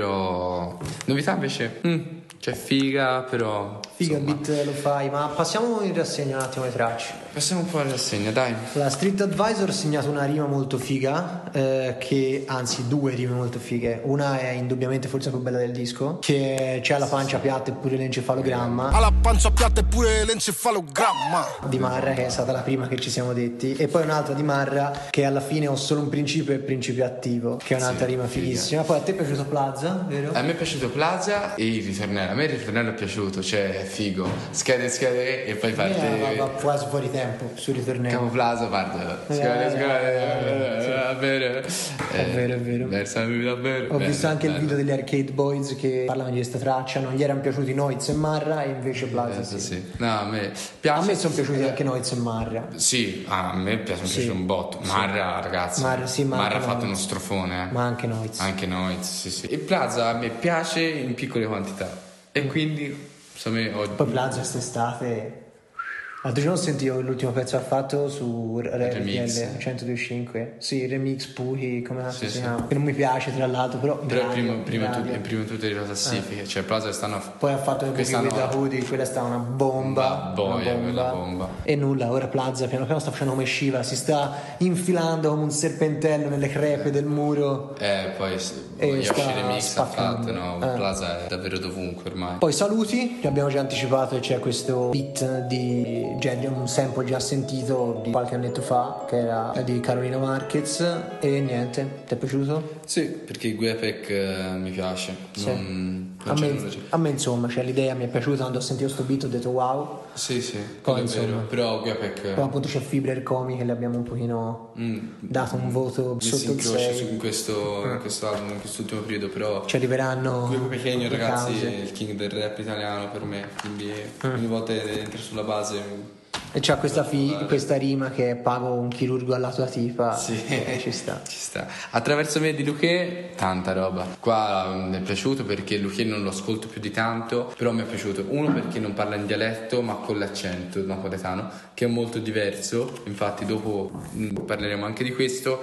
[SPEAKER 3] però novità invece mm, cioè figa, però
[SPEAKER 2] Figa,
[SPEAKER 3] insomma.
[SPEAKER 2] beat lo fai, ma passiamo in rassegna un attimo le tracce.
[SPEAKER 3] Passiamo un po' alla rassegna, dai.
[SPEAKER 2] La Street Advisor ha segnato una rima molto figa, eh, che anzi due rime molto fighe. Una è indubbiamente forse la più bella del disco, che c'è la pancia piatta e pure l'encefalogramma.
[SPEAKER 5] Ha la pancia piatta e pure l'encefalogramma
[SPEAKER 2] Di Marra, che è stata la prima che ci siamo detti, e poi un'altra di Marra che alla fine ho solo un principio e principio attivo, che è un'altra
[SPEAKER 3] Sì,
[SPEAKER 2] rima
[SPEAKER 3] figa.
[SPEAKER 2] fighissima. Poi a te è piaciuto Plaza, vero?
[SPEAKER 3] A me è piaciuto Plaza e il ritornello. A me il ritornello è piaciuto, cioè figo. Schede, schede e poi parte.
[SPEAKER 2] Eh, va, va quasi fuori tempo sul ritornello.
[SPEAKER 3] Capo Plaza parte. Schede,
[SPEAKER 2] Eh,
[SPEAKER 3] schede.
[SPEAKER 2] sì.
[SPEAKER 3] È vero.
[SPEAKER 2] È vero, è vero.
[SPEAKER 3] Versa davvero.
[SPEAKER 2] Ho visto
[SPEAKER 3] Bello,
[SPEAKER 2] anche il
[SPEAKER 3] bello.
[SPEAKER 2] video degli Arcade Boys che parlavano di questa traccia, non gli erano piaciuti Noiz e Marra e invece Plaza
[SPEAKER 3] Eh,
[SPEAKER 2] sì.
[SPEAKER 3] sì. No, a me piace.
[SPEAKER 2] A me sono piaciuti anche Noiz e Marra.
[SPEAKER 3] Sì, a me piace, mi
[SPEAKER 2] Sì.
[SPEAKER 3] piace un botto. Marra, ragazzi.
[SPEAKER 2] Marra, sì, Marra
[SPEAKER 3] Marra ha fatto
[SPEAKER 2] Noiz.
[SPEAKER 3] uno strofone, eh.
[SPEAKER 2] Ma anche Noiz.
[SPEAKER 3] Anche noi, sì, sì. E Plaza a me piace in piccole quantità. E quindi, insomma, ho...
[SPEAKER 2] Poi Plaza quest'estate. L'altro giorno sentivo l'ultimo pezzo che ha fatto su R T
[SPEAKER 3] remix.
[SPEAKER 2] L centodue e cinque. Sì, il remix Puhi, come cazzo
[SPEAKER 3] Sì,
[SPEAKER 2] si
[SPEAKER 3] sì.
[SPEAKER 2] chiama? Che non mi piace tra l'altro, però.
[SPEAKER 3] Però
[SPEAKER 2] in
[SPEAKER 3] prima,
[SPEAKER 2] radio,
[SPEAKER 3] prima,
[SPEAKER 2] in
[SPEAKER 3] tu-
[SPEAKER 2] radio.
[SPEAKER 3] in prima in tutte le classifiche, cioè Plaza stanno.
[SPEAKER 2] Poi ha fatto il
[SPEAKER 3] Quest'anno-
[SPEAKER 2] Boogie with the Hoodie, quella è stata una bomba.
[SPEAKER 3] Una boia,
[SPEAKER 2] una
[SPEAKER 3] quella bomba.
[SPEAKER 2] E nulla, ora Plaza piano piano sta facendo come Shiva, si sta infilando come un serpentello nelle crepe del muro.
[SPEAKER 3] Eh, poi s-
[SPEAKER 2] E
[SPEAKER 3] Yoshi
[SPEAKER 2] sta
[SPEAKER 3] Remix ha
[SPEAKER 2] spaccando.
[SPEAKER 3] fatto, no?
[SPEAKER 2] Eh.
[SPEAKER 3] Plaza è davvero dovunque ormai.
[SPEAKER 2] Poi saluti, che abbiamo già anticipato, e c'è questo beat di già un sample già sentito di qualche annetto fa, che era di Carolina Marquez. E niente, ti è piaciuto?
[SPEAKER 3] Sì, perché Guepec eh, mi piace.
[SPEAKER 2] Sì.
[SPEAKER 3] Non, non
[SPEAKER 2] A
[SPEAKER 3] c'è
[SPEAKER 2] me,
[SPEAKER 3] nulla da-
[SPEAKER 2] a me insomma, cioè, l'idea mi è piaciuta, quando ho sentito sto beat ho detto wow.
[SPEAKER 3] Sì, sì,
[SPEAKER 2] Poi,
[SPEAKER 3] quello è
[SPEAKER 2] insomma.
[SPEAKER 3] vero. Però Guepec
[SPEAKER 2] Poi appunto c'è Fibra e Comi che le abbiamo un pochino
[SPEAKER 3] mm,
[SPEAKER 2] dato un voto
[SPEAKER 3] si
[SPEAKER 2] sotto il
[SPEAKER 3] incrocia su-
[SPEAKER 2] sei.
[SPEAKER 3] in questo, in questo album, in quest'ultimo periodo, però
[SPEAKER 2] Ci arriveranno
[SPEAKER 3] Guepec Pechegno,
[SPEAKER 2] le
[SPEAKER 3] ragazzi,
[SPEAKER 2] cause.
[SPEAKER 3] è il king del rap italiano per me, quindi
[SPEAKER 2] Mm.
[SPEAKER 3] ogni volta che entra sulla base.
[SPEAKER 2] E c'ha questa, fi-
[SPEAKER 3] Guarda.
[SPEAKER 2] questa rima che è pago un chirurgo alla tua tipa.
[SPEAKER 3] Sì,
[SPEAKER 2] e ci sta.
[SPEAKER 3] Ci sta. Attraverso me di Luché, tanta roba. Qua mi è piaciuto perché Luché non lo ascolto più di tanto, però mi è piaciuto. Uno perché non parla in dialetto, ma con l'accento napoletano, che è molto diverso. Infatti dopo mh, parleremo anche di questo.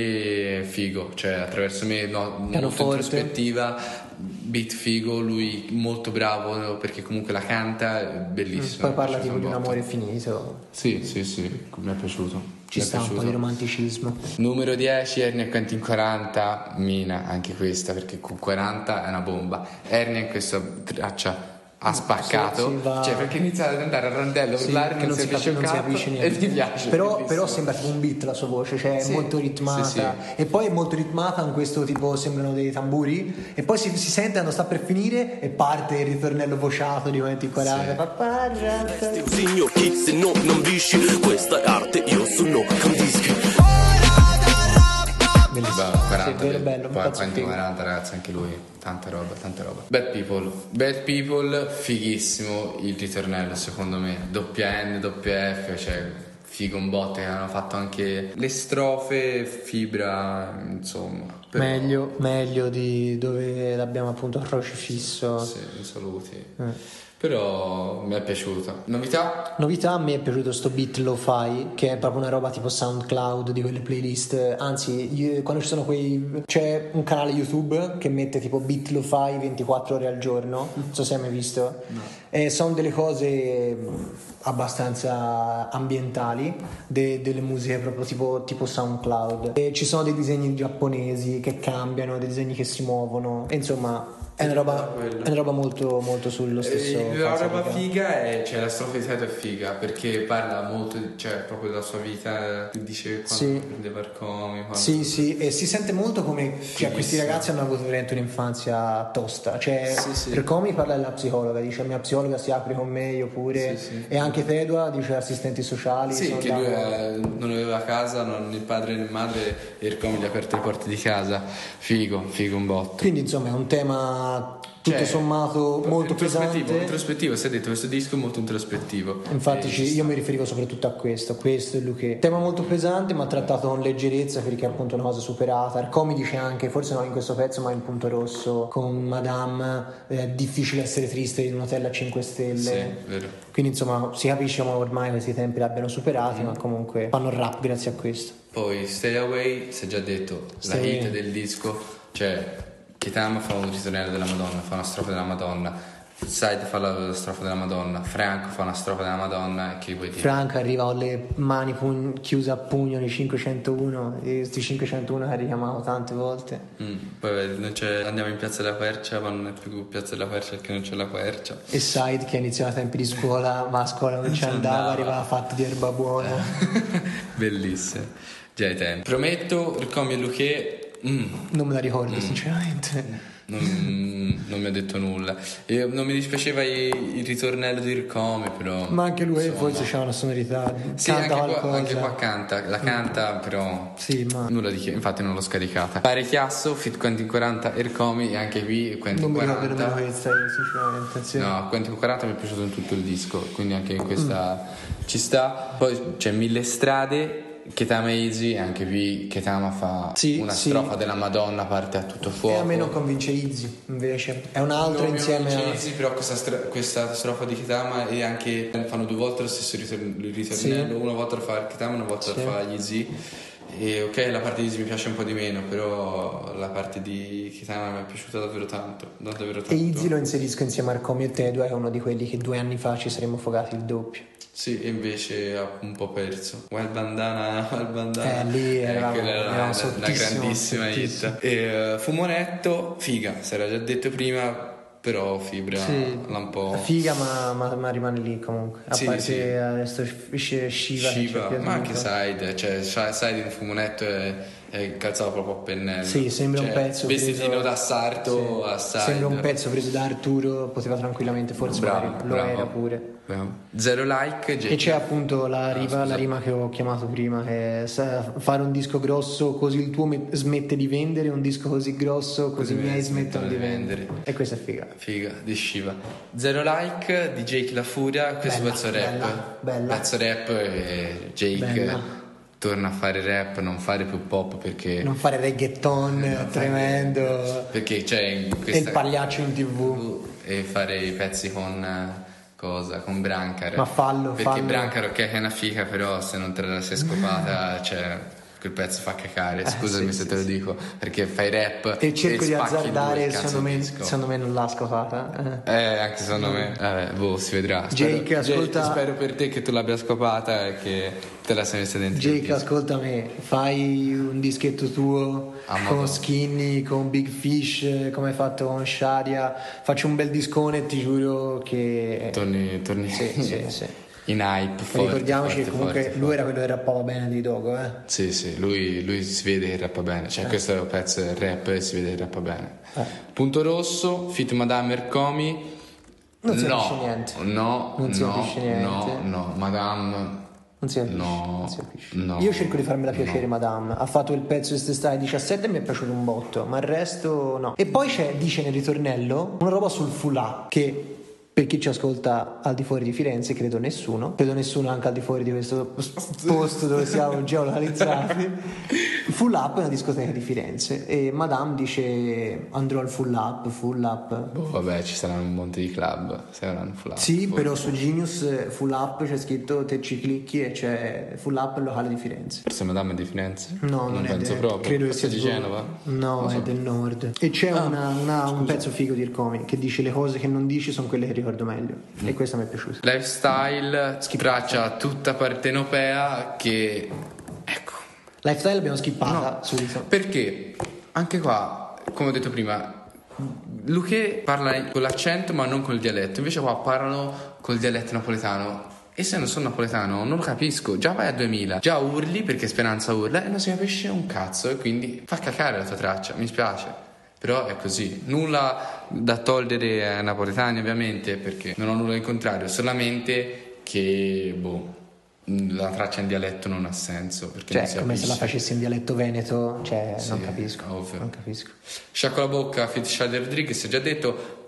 [SPEAKER 3] E figo, cioè attraverso me, no, molto
[SPEAKER 2] Pianoforte.
[SPEAKER 3] introspettiva. Beat figo, lui molto bravo perché comunque la canta, è bellissimo.
[SPEAKER 2] Poi parla
[SPEAKER 3] Mi è
[SPEAKER 2] tipo di un
[SPEAKER 3] piaciuto
[SPEAKER 2] amore
[SPEAKER 3] botto.
[SPEAKER 2] finito.
[SPEAKER 3] Sì, sì, sì, mi è piaciuto.
[SPEAKER 2] Ci
[SPEAKER 3] Mi è
[SPEAKER 2] sta un po'
[SPEAKER 3] piaciuto.
[SPEAKER 2] di romanticismo.
[SPEAKER 3] Numero dieci, Ernia e Quentin quaranta, Mina, anche questa perché con quaranta è una bomba. Ernia in questa traccia ha spaccato,
[SPEAKER 2] Sì, sì, va-
[SPEAKER 3] cioè perché inizia ad andare a randello,
[SPEAKER 2] Sì,
[SPEAKER 3] urlare,
[SPEAKER 2] che
[SPEAKER 3] non, si capisce un
[SPEAKER 2] non si
[SPEAKER 3] cazzo
[SPEAKER 2] capisce
[SPEAKER 3] e
[SPEAKER 2] niente.
[SPEAKER 3] mi piace.
[SPEAKER 2] Però,
[SPEAKER 3] bellissimo.
[SPEAKER 2] però sembra tipo un beat la sua voce, cioè è
[SPEAKER 3] Sì,
[SPEAKER 2] molto ritmata.
[SPEAKER 3] sì, sì.
[SPEAKER 2] E poi è molto ritmata in questo tipo, sembrano dei tamburi. E poi si, si sente quando sta per finire e parte il ritornello vociato di Quentin quaranta.
[SPEAKER 3] Sì.
[SPEAKER 2] Paparra.
[SPEAKER 6] Signor chi se no non dici questa è arte io sono capisci.
[SPEAKER 2] Bellissimo.
[SPEAKER 3] Bello, quaranta,
[SPEAKER 2] Sì, è vero, bello, un
[SPEAKER 3] poi
[SPEAKER 2] pezzo
[SPEAKER 3] Quentin
[SPEAKER 2] figo.
[SPEAKER 3] quaranta, ragazzi, anche lui, tanta roba, tanta roba. Bad People, Bad People, fighissimo il ritornello secondo me, doppia N, doppia F, cioè figo un botte, hanno fatto anche le strofe, Fibra, insomma. Però-
[SPEAKER 2] Meglio, meglio di dove l'abbiamo appunto a crocifisso.
[SPEAKER 3] Sì, saluti.
[SPEAKER 2] Eh.
[SPEAKER 3] Però mi è piaciuta. Novità?
[SPEAKER 2] Novità, a me è piaciuto sto beat lo-fi, che è proprio una roba tipo SoundCloud di quelle playlist. Anzi, io- quando ci sono quei. C'è un canale YouTube che mette tipo beat lo-fi ventiquattro ore al giorno. Non so se hai mai visto. E sono delle cose abbastanza ambientali, de- delle musiche proprio tipo, tipo SoundCloud. E ci sono dei disegni giapponesi che cambiano, dei disegni che si muovono. E insomma. È una roba, è una roba molto, molto sullo stesso.
[SPEAKER 3] Eh, la
[SPEAKER 2] falso
[SPEAKER 3] roba
[SPEAKER 2] riga.
[SPEAKER 3] figa è, cioè la strofa di Tato è figa perché parla molto, cioè proprio della sua vita, dice quando
[SPEAKER 2] Sì.
[SPEAKER 3] prendeva il come, quando...
[SPEAKER 2] Sì, sì, e si sente molto come cioè, questi
[SPEAKER 3] Fighissimo.
[SPEAKER 2] ragazzi hanno avuto veramente un'infanzia tosta. Cioè,
[SPEAKER 3] Sì, sì.
[SPEAKER 2] per Comi parla della psicologa, dice: mia psicologa si apre con me, io pure.
[SPEAKER 3] Sì, sì.
[SPEAKER 2] E anche Tedua dice assistenti sociali.
[SPEAKER 3] Sì,
[SPEAKER 2] sono
[SPEAKER 3] che lui
[SPEAKER 2] andato-
[SPEAKER 3] eh, non aveva casa, non, né padre né madre, e il come gli ha aperto le porte di casa. Figo, figo un botto.
[SPEAKER 2] Quindi insomma è un tema tutto
[SPEAKER 3] Cioè,
[SPEAKER 2] sommato molto
[SPEAKER 3] introspettivo,
[SPEAKER 2] pesante.
[SPEAKER 3] introspettivo, si è detto questo disco è molto introspettivo.
[SPEAKER 2] Infatti
[SPEAKER 3] E
[SPEAKER 2] ci-
[SPEAKER 3] ci
[SPEAKER 2] io mi riferivo soprattutto a questo, questo è Luché. Tema molto pesante ma trattato con leggerezza perché è appunto una cosa superata. Arcomi dice anche, forse non in questo pezzo ma in Punto Rosso, con Madame, è difficile essere triste in un hotel a cinque stelle.
[SPEAKER 3] Sì, vero.
[SPEAKER 2] Quindi insomma si capisce come ormai questi tempi l'abbiano superati, ma comunque fanno il rap grazie a questo.
[SPEAKER 3] Poi Stay Away, si è già detto,
[SPEAKER 2] Stay
[SPEAKER 3] la hit
[SPEAKER 2] Away.
[SPEAKER 3] del disco, cioè Kitama fa un ritornello della Madonna, fa una strofa della Madonna, Side fa la strofa della Madonna, Frank fa una strofa della Madonna, e che vuoi dire?
[SPEAKER 2] Frank arriva con le mani pugn- chiuse a pugno nei cinquecentouno, e questi cinquecentouno che ha richiamato tante volte.
[SPEAKER 3] Mm, poi vedi, non c'è, andiamo in Piazza della Quercia, ma non è più Piazza della Quercia perché non c'è la Quercia.
[SPEAKER 2] E Side che iniziava ai tempi di scuola, ma a scuola non ci
[SPEAKER 3] ci
[SPEAKER 2] andava,
[SPEAKER 3] andava.
[SPEAKER 2] arrivava fatto di erba buona.
[SPEAKER 3] Bellissimo, già ai tempi. Prometto, Riccomi e Luché, mm,
[SPEAKER 2] Non me la ricordo sinceramente.
[SPEAKER 3] non, non mi ha detto nulla. E non mi dispiaceva il, il ritornello di Riccomi, però.
[SPEAKER 2] Ma anche lui
[SPEAKER 3] insomma.
[SPEAKER 2] forse c'ha una sonorità,
[SPEAKER 3] Sì,
[SPEAKER 2] canta
[SPEAKER 3] anche qua,
[SPEAKER 2] qualcosa.
[SPEAKER 3] anche qua canta, la canta, però.
[SPEAKER 2] Sì, ma
[SPEAKER 3] Nulla di che, infatti non l'ho scaricata. Pare Chiasso, Fit Quentin quaranta e Riccomi, e anche qui Quentin
[SPEAKER 2] non mi ricordo
[SPEAKER 3] quaranta.
[SPEAKER 2] nemmeno questa io sinceramente. Sì.
[SPEAKER 3] No, Quentin quaranta mi è piaciuto in tutto il disco, quindi anche in questa ci sta. Poi c'è Mille Strade, Ketama Easy, e anche qui Ketama fa
[SPEAKER 2] Sì,
[SPEAKER 3] una
[SPEAKER 2] sì.
[SPEAKER 3] strofa della Madonna, parte a tutto
[SPEAKER 2] E
[SPEAKER 3] fuoco.
[SPEAKER 2] a me non convince Izzy invece, è un'altra
[SPEAKER 3] Non mi
[SPEAKER 2] insieme
[SPEAKER 3] convince
[SPEAKER 2] a...
[SPEAKER 3] Easy, però questa, stra- questa strofa di Ketama, e anche fanno due volte lo stesso ritorn- ritornello,
[SPEAKER 2] Sì.
[SPEAKER 3] una volta lo fa Ketama, una volta
[SPEAKER 2] Sì.
[SPEAKER 3] lo fa Easy. E ok, la parte di Easy mi piace un po' di meno, però la parte di Ketama mi è piaciuta davvero tanto, davvero tanto.
[SPEAKER 2] E Izzy lo inserisco insieme a Arcomi e Tedo, è uno di quelli che due anni fa ci saremmo fogati il doppio.
[SPEAKER 3] Sì, e invece ha un po' perso. Wild Bandana, Wild Bandana.
[SPEAKER 2] Eh, lì eravamo-
[SPEAKER 3] quella era
[SPEAKER 2] eravamo
[SPEAKER 3] una, una
[SPEAKER 2] sottissimo,
[SPEAKER 3] grandissima
[SPEAKER 2] sottissimo.
[SPEAKER 3] hit. E uh, Fumonetto, figa, si era già detto prima, però Fibra
[SPEAKER 2] Sì,
[SPEAKER 3] l'ha un po'.
[SPEAKER 2] figa ma, ma, ma rimane lì comunque, a
[SPEAKER 3] Sì,
[SPEAKER 2] parte
[SPEAKER 3] sì.
[SPEAKER 2] adesso Shiva, Shiva, che
[SPEAKER 3] Shiva,
[SPEAKER 2] c'è più
[SPEAKER 3] ma anche
[SPEAKER 2] addosso.
[SPEAKER 3] Side, cioè Sha- Side in Fumonetto è, è calzato proprio a pennello.
[SPEAKER 2] Sì, sembra
[SPEAKER 3] Cioè,
[SPEAKER 2] un pezzo
[SPEAKER 3] vestitino
[SPEAKER 2] preso-
[SPEAKER 3] da sarto
[SPEAKER 2] sì.
[SPEAKER 3] a Side.
[SPEAKER 2] Sembra un pezzo preso da Arturo, poteva tranquillamente, forse
[SPEAKER 3] Bravo,
[SPEAKER 2] magari lo
[SPEAKER 3] bravo.
[SPEAKER 2] era pure.
[SPEAKER 3] Bravo. Zero like,
[SPEAKER 2] E c'è appunto la riva,
[SPEAKER 3] scusa.
[SPEAKER 2] la rima che ho chiamato prima, che è sa- fare un disco grosso così il tuo me- smette di vendere, un disco così grosso così i miei smettono di vendere. E questa è figa.
[SPEAKER 3] Figa, di Shiva. Zero like di Jake La Furia, questo
[SPEAKER 2] Bella,
[SPEAKER 3] pezzo rap.
[SPEAKER 2] bella, bella.
[SPEAKER 3] Pezzo rap e Jake
[SPEAKER 2] Bella.
[SPEAKER 3] torna a fare rap, non fare più pop perché
[SPEAKER 2] Non fare reggaeton tremendo
[SPEAKER 3] perché c'è in
[SPEAKER 2] e
[SPEAKER 3] questa
[SPEAKER 2] il pagliaccio in tv.
[SPEAKER 3] e fare i pezzi con eh, cosa? Con Brancar.
[SPEAKER 2] Ma fallo,
[SPEAKER 3] Perché
[SPEAKER 2] fallo.
[SPEAKER 3] Brancar ok che è una figa, però se non te la sei scopata, cioè quel pezzo fa cacare, scusami
[SPEAKER 2] Eh, sì,
[SPEAKER 3] se
[SPEAKER 2] sì,
[SPEAKER 3] te lo
[SPEAKER 2] sì.
[SPEAKER 3] dico, perché fai rap
[SPEAKER 2] E cerco di
[SPEAKER 3] spacchi
[SPEAKER 2] azzardare,
[SPEAKER 3] il cazzo
[SPEAKER 2] secondo me,
[SPEAKER 3] disco.
[SPEAKER 2] secondo me non l'ha scopata. Eh.
[SPEAKER 3] Eh, anche secondo me. Vabbè, boh, si vedrà. Spero,
[SPEAKER 2] Jake, ascolta-
[SPEAKER 3] spero per te che tu l'abbia scopata e che te la sei messa dentro. il
[SPEAKER 2] Jake,
[SPEAKER 3] disco.
[SPEAKER 2] ascolta me, fai un dischetto tuo
[SPEAKER 3] Ah, ma
[SPEAKER 2] con
[SPEAKER 3] no.
[SPEAKER 2] Skinny, con Big Fish, come hai fatto con Sharia. Faccio un bel discone e ti giuro che...
[SPEAKER 3] Torni, torni
[SPEAKER 2] Sì, sì, sì.
[SPEAKER 3] in hype. Forte,
[SPEAKER 2] Ricordiamoci
[SPEAKER 3] forte,
[SPEAKER 2] che comunque
[SPEAKER 3] forte,
[SPEAKER 2] lui era quello che rappava bene dei Dogo, eh.
[SPEAKER 3] Sì, sì, lui, lui si vede che rappa bene. Cioè, questo è un pezzo del rap e si vede che rappa bene.
[SPEAKER 2] Eh.
[SPEAKER 3] Punto rosso, Fit Madame Ercomi.
[SPEAKER 2] Non si
[SPEAKER 3] no,
[SPEAKER 2] capisce niente.
[SPEAKER 3] No,
[SPEAKER 2] Non si
[SPEAKER 3] no,
[SPEAKER 2] capisce niente.
[SPEAKER 3] no, no, Madame.
[SPEAKER 2] Non si capisce,
[SPEAKER 3] No,
[SPEAKER 2] non si capisce.
[SPEAKER 3] no,
[SPEAKER 2] Io cerco di farmela piacere,
[SPEAKER 3] no.
[SPEAKER 2] Madame. Ha fatto il pezzo quest'estate diciassette e mi è piaciuto un botto, ma il resto no. E poi c'è, dice nel ritornello, una roba sul full up che per chi ci ascolta al di fuori di Firenze, credo nessuno, credo nessuno anche al di fuori di questo posto dove siamo geolocalizzati. Full Up è una discoteca di Firenze e Madame dice andrò al Full Up, Full Up.
[SPEAKER 3] Boh, vabbè, ci saranno un monte di club. Saranno full up,
[SPEAKER 2] Sì,
[SPEAKER 3] forse.
[SPEAKER 2] però su Genius eh, Full Up c'è scritto te ci clicchi e c'è Full Up il locale di Firenze.
[SPEAKER 3] Forse Madame è di Firenze?
[SPEAKER 2] No, non,
[SPEAKER 3] non
[SPEAKER 2] è
[SPEAKER 3] penso
[SPEAKER 2] de-
[SPEAKER 3] proprio.
[SPEAKER 2] credo che
[SPEAKER 3] Forse
[SPEAKER 2] sia
[SPEAKER 3] di
[SPEAKER 2] tipo-
[SPEAKER 3] Genova.
[SPEAKER 2] No,
[SPEAKER 3] Non
[SPEAKER 2] è
[SPEAKER 3] so.
[SPEAKER 2] del nord. E c'è
[SPEAKER 3] Ah,
[SPEAKER 2] una- una- un pezzo figo di Ircomi che dice le cose che non dici sono quelle che ricordo meglio.
[SPEAKER 3] Mm.
[SPEAKER 2] E questo mi è piaciuto.
[SPEAKER 3] Lifestyle, traccia tutta partenopea che... Ecco.
[SPEAKER 2] Lifestyle l'abbiamo skippata
[SPEAKER 3] No.
[SPEAKER 2] subito.
[SPEAKER 3] Perché anche qua, come ho detto prima, Luché parla con l'accento ma non col dialetto. Invece qua parlano col dialetto napoletano. E se non sono napoletano non lo capisco. Già vai a duemila, già urli perché Speranza urla e non si capisce un cazzo. E quindi fa cacare la tua traccia, mi spiace. Però è così, nulla da togliere ai napoletani ovviamente, perché non ho nulla in contrario, solamente che boh, la traccia in dialetto non ha senso, perché non si
[SPEAKER 2] Cioè, come se la
[SPEAKER 3] capisce.
[SPEAKER 2] facessi in dialetto veneto, cioè,
[SPEAKER 3] Sì,
[SPEAKER 2] non capisco.
[SPEAKER 3] ovvio.
[SPEAKER 2] Non capisco.
[SPEAKER 3] Sciacqua la bocca, Fit Shadow Rodriguez, ho già detto,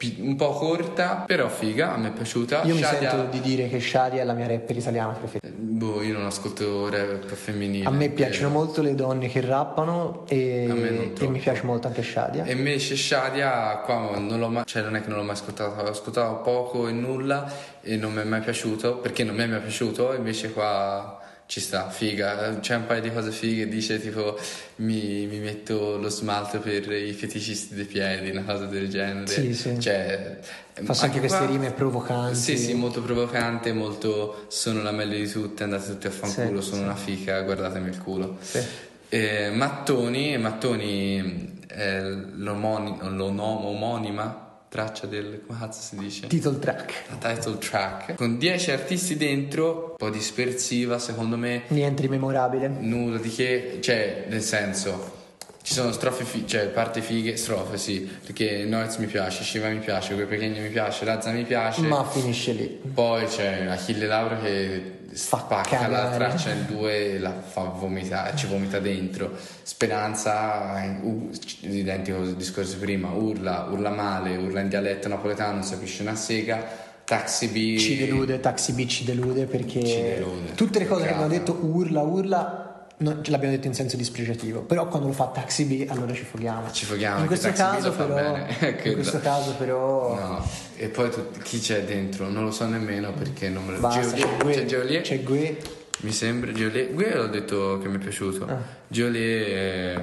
[SPEAKER 3] pi- un po' corta, però figa, a me è piaciuta.
[SPEAKER 2] Io
[SPEAKER 3] Shadia-
[SPEAKER 2] mi sento di dire che Shadia è la mia rapper italiana preferita.
[SPEAKER 3] Boh, io non ascolto rap femminile.
[SPEAKER 2] A me piacciono
[SPEAKER 3] eh,
[SPEAKER 2] molto le donne che rappano e,
[SPEAKER 3] A me non
[SPEAKER 2] e
[SPEAKER 3] troppo.
[SPEAKER 2] mi piace molto anche Shadia.
[SPEAKER 3] E invece Shadia qua non l'ho mai, cioè non è che non l'ho mai ascoltato, l'ho ascoltato poco e nulla e non mi è mai piaciuto, perché non mi è mai piaciuto, invece qua ci sta, figa, c'è un paio di cose fighe, dice tipo mi, mi metto lo smalto per i feticisti dei piedi, una cosa del genere.
[SPEAKER 2] Sì, sì.
[SPEAKER 3] Cioè,
[SPEAKER 2] Fa sempre
[SPEAKER 3] anche
[SPEAKER 2] queste
[SPEAKER 3] qua-
[SPEAKER 2] rime provocanti.
[SPEAKER 3] Sì, sì, molto provocante, molto sono la meglio di tutte, andate tutti a fanculo,
[SPEAKER 2] Sì,
[SPEAKER 3] sono
[SPEAKER 2] sì.
[SPEAKER 3] una fica, guardatemi il culo.
[SPEAKER 2] Sì.
[SPEAKER 3] Eh, Mattoni, Mattoni è l'omoni- l'omonima traccia del, come cazzo si dice?
[SPEAKER 2] Title track.
[SPEAKER 3] La title track con dieci artisti dentro, un po' dispersiva secondo me,
[SPEAKER 2] Niente di memorabile.
[SPEAKER 3] nulla di che, cioè nel senso ci sono strofe, fi- cioè parte fighe, strofe sì, perché Noiz mi piace, Shiva mi piace, Quei Pechegno mi piace, Lazza mi piace,
[SPEAKER 2] Ma finisce lì.
[SPEAKER 3] poi c'è Achille Lauro che
[SPEAKER 2] Fa
[SPEAKER 3] spacca la
[SPEAKER 2] cagare.
[SPEAKER 3] traccia in due e la fa vomitare, ci vomita dentro. Speranza, uh, identico al discorso prima, urla, urla male, urla in dialetto napoletano, non si capisce una sega. Taxi B
[SPEAKER 2] Ci delude, Taxi B ci delude perché
[SPEAKER 3] Ci delude.
[SPEAKER 2] tutte le cose che
[SPEAKER 3] Peccato.
[SPEAKER 2] abbiamo detto urla, urla, no, ce l'abbiamo detto in senso dispregiativo, però quando lo fa Taxi B allora ci foghiamo.
[SPEAKER 3] Ci foghiamo,
[SPEAKER 2] In
[SPEAKER 3] anche
[SPEAKER 2] questo
[SPEAKER 3] Taxi B
[SPEAKER 2] caso
[SPEAKER 3] lo fa
[SPEAKER 2] però,
[SPEAKER 3] bene.
[SPEAKER 2] in
[SPEAKER 3] Credo.
[SPEAKER 2] questo caso però
[SPEAKER 3] No, e poi tu- chi c'è dentro? Non lo so nemmeno perché non me lo
[SPEAKER 2] basta,
[SPEAKER 3] Geolier-
[SPEAKER 2] c'è Gue,
[SPEAKER 3] c'è Geolier?
[SPEAKER 2] c'è Gue.
[SPEAKER 3] Mi sembra Geolier. Gue l'ho detto che mi è piaciuto.
[SPEAKER 2] Ah.
[SPEAKER 3] Geolier è...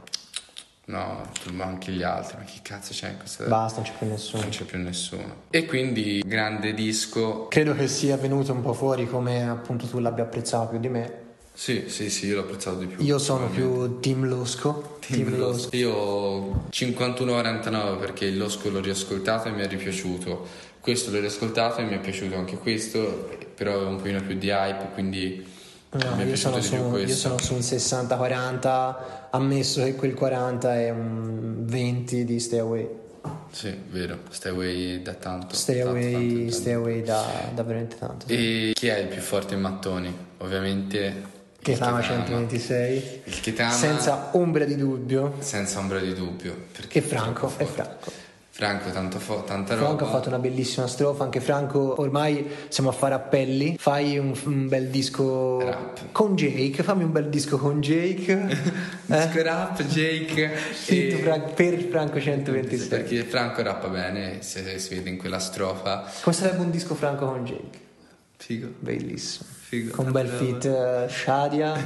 [SPEAKER 3] No, ma anche gli altri, ma chi cazzo c'è in questa...
[SPEAKER 2] Basta, non c'è più nessuno.
[SPEAKER 3] Non c'è più nessuno. E quindi grande disco.
[SPEAKER 2] Credo che sia venuto un po' fuori come appunto tu l'abbia apprezzato più di me.
[SPEAKER 3] Sì, sì, sì, io l'ho apprezzato di più.
[SPEAKER 2] Io sono
[SPEAKER 3] probabilmente.
[SPEAKER 2] più Team Losco.
[SPEAKER 3] Team Losco. Io cinquantuno quarantanove perché il Losco l'ho riascoltato e mi è ripiaciuto. Questo l'ho riascoltato e mi è piaciuto anche questo, però aveva un pochino più di hype, quindi
[SPEAKER 2] No,
[SPEAKER 3] mi è
[SPEAKER 2] io
[SPEAKER 3] piaciuto
[SPEAKER 2] sono,
[SPEAKER 3] di più
[SPEAKER 2] su, io
[SPEAKER 3] questo.
[SPEAKER 2] sono su un sessanta quaranta, ammesso che quel quaranta è un venti di Stay Away.
[SPEAKER 3] Sì, vero, Stay Away da tanto.
[SPEAKER 2] Stay
[SPEAKER 3] tanto,
[SPEAKER 2] Away,
[SPEAKER 3] tanto, tanto.
[SPEAKER 2] Stay Away da, da veramente tanto.
[SPEAKER 3] E chi è il più forte in mattoni? Ovviamente
[SPEAKER 2] Ketama
[SPEAKER 3] il Ketama.
[SPEAKER 2] centoventisei,
[SPEAKER 3] Il Ketama
[SPEAKER 2] senza ombra di dubbio.
[SPEAKER 3] senza ombra di dubbio. Perché
[SPEAKER 2] E Franco,
[SPEAKER 3] è
[SPEAKER 2] e
[SPEAKER 3] troppo forte.
[SPEAKER 2] Franco.
[SPEAKER 3] Franco, tanto fo- tanta roba.
[SPEAKER 2] Franco ha fatto una bellissima strofa, anche Franco ormai siamo a fare appelli, fai un, un bel disco
[SPEAKER 3] Rap.
[SPEAKER 2] con Jake, fammi un bel disco con Jake.
[SPEAKER 3] Disco rap, Jake
[SPEAKER 2] Scritto
[SPEAKER 3] e-
[SPEAKER 2] Fra- per Franco centoventisei.
[SPEAKER 3] Perché Franco rappa bene, se si vede in quella strofa.
[SPEAKER 2] Come sarebbe un disco Franco con Jake?
[SPEAKER 3] Figo.
[SPEAKER 2] Bellissimo.
[SPEAKER 3] Figo.
[SPEAKER 2] Con un bel feat eh, Shadia,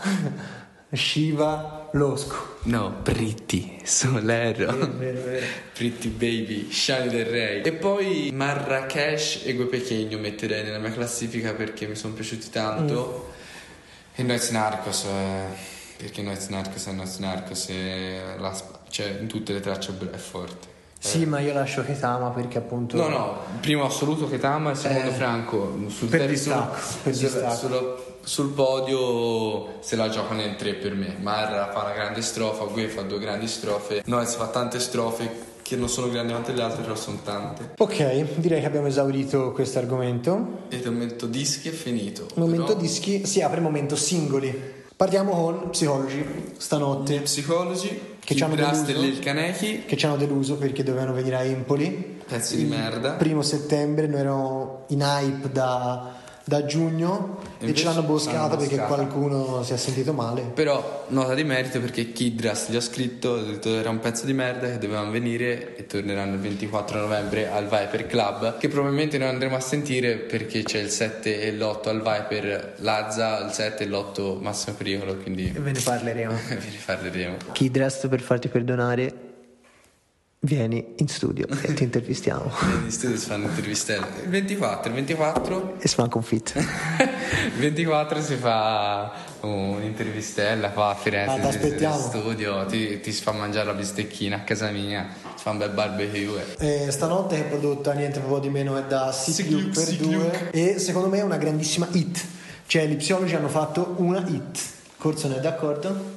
[SPEAKER 2] Shiva, Losco.
[SPEAKER 3] No, Pretty, Solero.
[SPEAKER 2] Vero, vero, vero.
[SPEAKER 3] Pretty Baby, Shani del Rey. E poi Marrakesh e Gue Pechegno metterei nella mia classifica perché mi sono piaciuti tanto. E Noiz Narcos, eh, perché Noiz Narcos è Noiz Narcos e la, cioè in tutte le tracce è forte.
[SPEAKER 2] Sì, ma io lascio Ketama perché appunto...
[SPEAKER 3] No, no, primo assoluto Ketama e secondo
[SPEAKER 2] Eh,
[SPEAKER 3] Franco. Sul
[SPEAKER 2] per
[SPEAKER 3] terzo,
[SPEAKER 2] distacco, per
[SPEAKER 3] sul,
[SPEAKER 2] distacco.
[SPEAKER 3] sullo- sul podio se la giocano in tre per me. Marra fa una grande strofa, Gue fa due grandi strofe, Noiz fa tante strofe che non sono grandi quanto le altre, però sono tante.
[SPEAKER 2] Ok, direi che abbiamo esaurito questo argomento.
[SPEAKER 3] E il momento dischi è finito.
[SPEAKER 2] Momento
[SPEAKER 3] però-
[SPEAKER 2] dischi, si apre il momento singoli. Partiamo con Psychology, stanotte,
[SPEAKER 3] Psicologi,
[SPEAKER 2] Che ci hanno
[SPEAKER 3] Rust e
[SPEAKER 2] deluso.
[SPEAKER 3] Lil Kaneki,
[SPEAKER 2] che ci hanno deluso perché dovevano venire a Empoli.
[SPEAKER 3] pezzi di merda.
[SPEAKER 2] Primo settembre, noi eravamo in hype da, da giugno e,
[SPEAKER 3] invece
[SPEAKER 2] ce l'hanno boscata
[SPEAKER 3] l'hanno
[SPEAKER 2] perché
[SPEAKER 3] boscata.
[SPEAKER 2] qualcuno si è sentito male.
[SPEAKER 3] Però nota di merito perché Kid Rust gli ha scritto, ha detto era un pezzo di merda che dovevano venire e torneranno il ventiquattro novembre al Viper Club, che probabilmente non andremo a sentire perché c'è il sette e l'otto al Viper Lazza, il sette e l'otto Massimo Pericolo, quindi
[SPEAKER 2] E ve ne parleremo.
[SPEAKER 3] ve ne parleremo.
[SPEAKER 2] Kid Rest, per farti perdonare, vieni in studio e ti intervistiamo.
[SPEAKER 3] In studio si fanno intervistelle. Il ventiquattro, il ventiquattro
[SPEAKER 2] E si fa anche un fit.
[SPEAKER 3] il ventiquattro si fa un'intervistella qua a Firenze,
[SPEAKER 2] Ah,
[SPEAKER 3] in
[SPEAKER 2] t'aspettiamo.
[SPEAKER 3] studio, ti, ti si fa mangiare la bistecchina a casa mia, si fa un bel barbecue.
[SPEAKER 2] Eh, stanotte è prodotta niente po' di meno, è da Sick Luke per
[SPEAKER 3] Sick
[SPEAKER 2] due
[SPEAKER 3] Luke.
[SPEAKER 2] e secondo me è una grandissima hit. Cioè gli Psicologi hanno fatto una hit. Corso ne è d'accordo?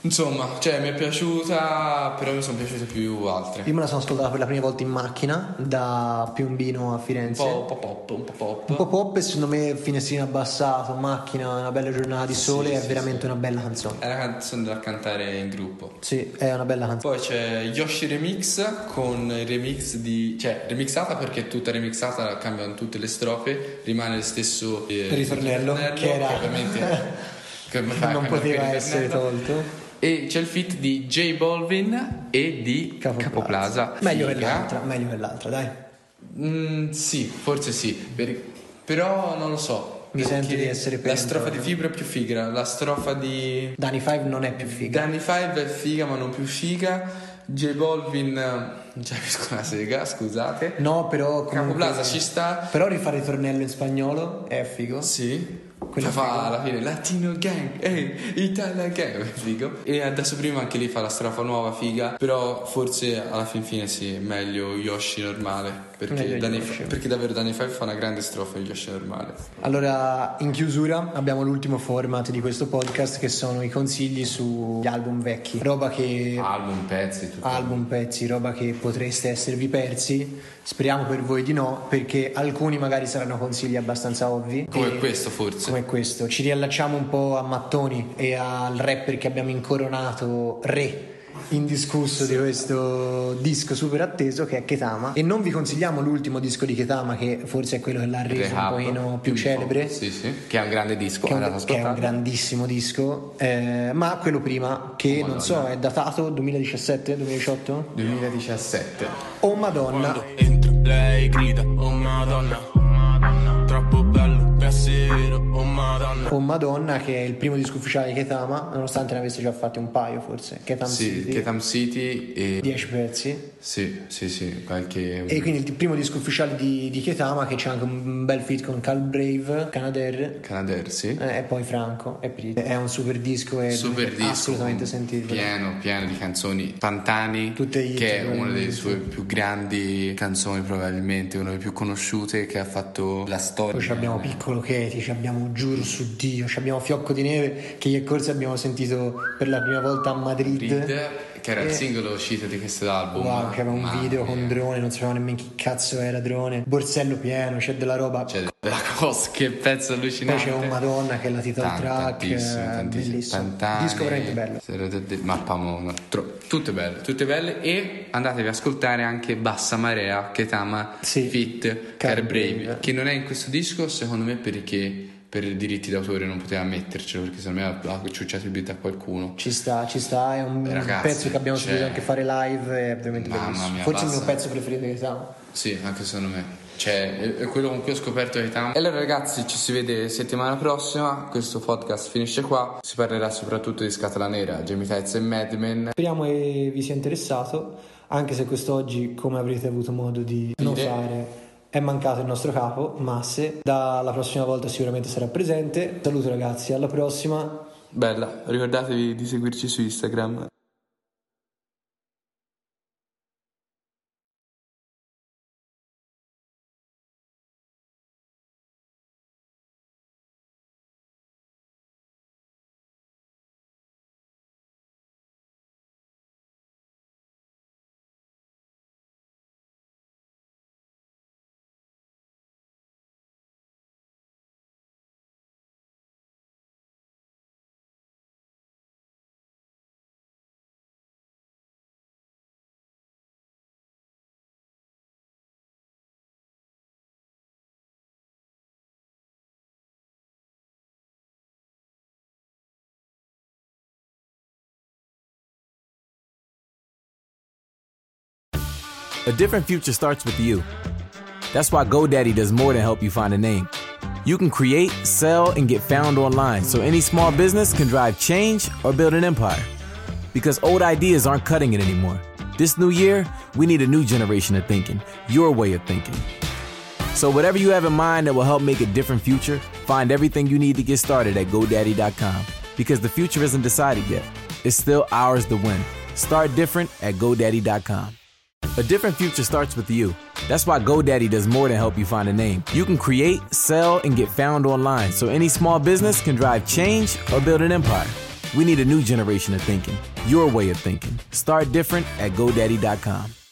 [SPEAKER 3] Insomma, cioè mi è piaciuta, però mi sono piaciute più altre.
[SPEAKER 2] Io me la sono ascoltata per la prima volta in macchina da Piombino a Firenze.
[SPEAKER 3] Un po' pop, un po' pop.
[SPEAKER 2] Un po' pop e secondo me finestrino abbassato, macchina, una bella giornata di sole,
[SPEAKER 3] Sì,
[SPEAKER 2] è
[SPEAKER 3] sì,
[SPEAKER 2] veramente
[SPEAKER 3] sì.
[SPEAKER 2] una bella canzone.
[SPEAKER 3] È una canzone da cantare in gruppo.
[SPEAKER 2] Sì, è una bella canzone.
[SPEAKER 3] Poi c'è Yoshi Remix con il remix di... cioè remixata perché è tutta remixata, cambiano tutte le strofe, rimane lo stesso eh,
[SPEAKER 2] Il ritornello, che era-
[SPEAKER 3] che ovviamente che fa-
[SPEAKER 2] Non
[SPEAKER 3] cambia
[SPEAKER 2] poteva
[SPEAKER 3] anche il
[SPEAKER 2] essere
[SPEAKER 3] ritornello.
[SPEAKER 2] tolto.
[SPEAKER 3] E c'è il feat di J Balvin e di Capoplaza.
[SPEAKER 2] Meglio che
[SPEAKER 3] Figa.
[SPEAKER 2] l'altra, meglio che l'altra, dai.
[SPEAKER 3] Mm, sì, forse sì, per- però non lo so.
[SPEAKER 2] Mi
[SPEAKER 3] perché
[SPEAKER 2] sento di essere
[SPEAKER 3] la strofa di
[SPEAKER 2] penetrato.
[SPEAKER 3] Fibra è più figa, la strofa di
[SPEAKER 2] Danny Five non è più figa.
[SPEAKER 3] Danny Five è figa ma non più figa. J Balvin già mi la sega, scusate.
[SPEAKER 2] No, però comunque-
[SPEAKER 3] Capoplaza ci sta.
[SPEAKER 2] Però rifare il ritornello in spagnolo è figo.
[SPEAKER 3] Sì.
[SPEAKER 2] Quello
[SPEAKER 3] Quello fa
[SPEAKER 2] figo.
[SPEAKER 3] alla fine Latino Gang, ehi, Italia Gang, è figo. E adesso prima anche lì fa la strofa nuova figa. Però forse alla fin fine sì, meglio Yoshi normale. Perché,
[SPEAKER 2] Meglio
[SPEAKER 3] Danny,
[SPEAKER 2] Yoshi.
[SPEAKER 3] perché davvero Danny Five fa una grande strofa di Yoshi normale.
[SPEAKER 2] Allora, in chiusura abbiamo l'ultimo format di questo podcast che sono i consigli sugli album vecchi. Roba che...
[SPEAKER 3] Album, pezzi, tutto.
[SPEAKER 2] album, pezzi, roba che potreste esservi persi. Speriamo per voi di no, perché alcuni magari saranno consigli abbastanza ovvi.
[SPEAKER 3] Come
[SPEAKER 2] E-
[SPEAKER 3] questo forse.
[SPEAKER 2] Come questo. Ci riallacciamo un po' a Mattoni e al rapper che abbiamo incoronato re indiscusso di questo disco super atteso che è Ketama. E non vi consigliamo l'ultimo disco di Ketama, che forse è quello che l'ha reso
[SPEAKER 3] Rehab,
[SPEAKER 2] un pochino più
[SPEAKER 3] un po'.
[SPEAKER 2] celebre.
[SPEAKER 3] Sì, sì. Che è un grande disco.
[SPEAKER 2] Che è, un,
[SPEAKER 3] andate ad
[SPEAKER 2] che è un
[SPEAKER 3] ascoltarlo.
[SPEAKER 2] grandissimo disco, eh, ma quello prima, che
[SPEAKER 3] Oh,
[SPEAKER 2] non so,
[SPEAKER 3] Madonna.
[SPEAKER 2] è datato duemiladiciassette duemiladiciotto?
[SPEAKER 3] duemiladiciassette.
[SPEAKER 2] Oh Madonna.
[SPEAKER 6] Quando entra lei grida, oh madonna, troppo bello per essere vero, oh madonna.
[SPEAKER 2] Oh Madonna, che è il primo disco ufficiale di Ketama, nonostante ne avesse già fatti un paio forse. Ketam
[SPEAKER 3] Sì,
[SPEAKER 2] City,
[SPEAKER 3] Ketam City e...
[SPEAKER 2] dieci pezzi.
[SPEAKER 3] Sì, sì, sì, qualche...
[SPEAKER 2] E quindi il primo disco ufficiale di, di Ketama, che c'è anche un bel feat con Cal Brave, Canadair,
[SPEAKER 3] Canadair, sì.
[SPEAKER 2] eh, e poi Franco e Prit. È un super disco e
[SPEAKER 3] Super
[SPEAKER 2] dovete
[SPEAKER 3] disco,
[SPEAKER 2] assolutamente sentirlo.
[SPEAKER 3] pieno, pieno di canzoni. Pantani,
[SPEAKER 2] Tutte hit,
[SPEAKER 3] che è una delle
[SPEAKER 2] probabilmente.
[SPEAKER 3] sue più grandi canzoni, probabilmente una delle più conosciute, che ha fatto la storia.
[SPEAKER 2] Poi ci abbiamo Piccolo Katie, ci abbiamo Giuro su Dio, ci abbiamo Fiocco di Neve, che ieri corso abbiamo sentito per la prima volta a Madrid.
[SPEAKER 3] Reed, che era il
[SPEAKER 2] E-
[SPEAKER 3] singolo uscito di questo album.
[SPEAKER 2] Wow, che aveva un
[SPEAKER 3] Mamma
[SPEAKER 2] video
[SPEAKER 3] mia.
[SPEAKER 2] con drone, non sapevamo nemmeno chi cazzo era drone. Borsello pieno, c'è della roba.
[SPEAKER 3] Cioè, della cosa, che pezzo
[SPEAKER 2] Poi
[SPEAKER 3] allucinante.
[SPEAKER 2] c'è un Madonna che è la title
[SPEAKER 3] Tanto,
[SPEAKER 2] track,
[SPEAKER 3] tantissimo,
[SPEAKER 2] eh,
[SPEAKER 3] tantissimo.
[SPEAKER 2] bellissimo.
[SPEAKER 3] Pantani,
[SPEAKER 2] Disco veramente bello.
[SPEAKER 3] Mappamona, tro- tutte belle, tutte belle. E andatevi a ascoltare anche Bassa Marea, Ketama
[SPEAKER 2] Sì.
[SPEAKER 3] Fit
[SPEAKER 2] Car
[SPEAKER 3] Car Brave,
[SPEAKER 2] Brave.
[SPEAKER 3] che non è in questo disco secondo me perché per diritti d'autore non poteva mettercelo, perché secondo me ha, ha ciucciato il beat a qualcuno.
[SPEAKER 2] Ci sta, ci sta, è un
[SPEAKER 3] Eh, ragazzi,
[SPEAKER 2] pezzo che abbiamo
[SPEAKER 3] cioè-
[SPEAKER 2] sentito anche fare live, è veramente
[SPEAKER 3] Mamma
[SPEAKER 2] bellissimo.
[SPEAKER 3] mia,
[SPEAKER 2] Forse il
[SPEAKER 3] basta.
[SPEAKER 2] mio pezzo preferito che siamo.
[SPEAKER 3] Sì, anche secondo me. Cioè, è, è quello con cui ho scoperto Ketama. E allora ragazzi, ci si vede settimana prossima. Questo podcast finisce qua. Si parlerà soprattutto di Scatola Nera, Jamie Tights e Mad Men.
[SPEAKER 2] Speriamo che vi sia interessato, anche se quest'oggi, come avrete avuto modo di notare, è mancato il nostro capo, Masse. Dalla prossima volta sicuramente sarà presente. Saluto ragazzi, alla prossima.
[SPEAKER 3] Bella, ricordatevi di seguirci su Instagram.
[SPEAKER 1] A different future starts with you. That's why GoDaddy does more than help you find a name. You can create, sell, and get found online so any small business can drive change or build an empire. Because old ideas aren't cutting it anymore. This new year, we need a new generation of thinking, your way of thinking. So whatever you have in mind that will help make a different future, find everything you need to get started at GoDaddy dot com. Because the future isn't decided yet. It's still ours to win. Start different at GoDaddy dot com. A different future starts with you. That's why GoDaddy does more than help you find a name. You can create, sell, and get found online so any small business can drive change or build an empire. We need a new generation of thinking, your way of thinking. Start different at GoDaddy dot com.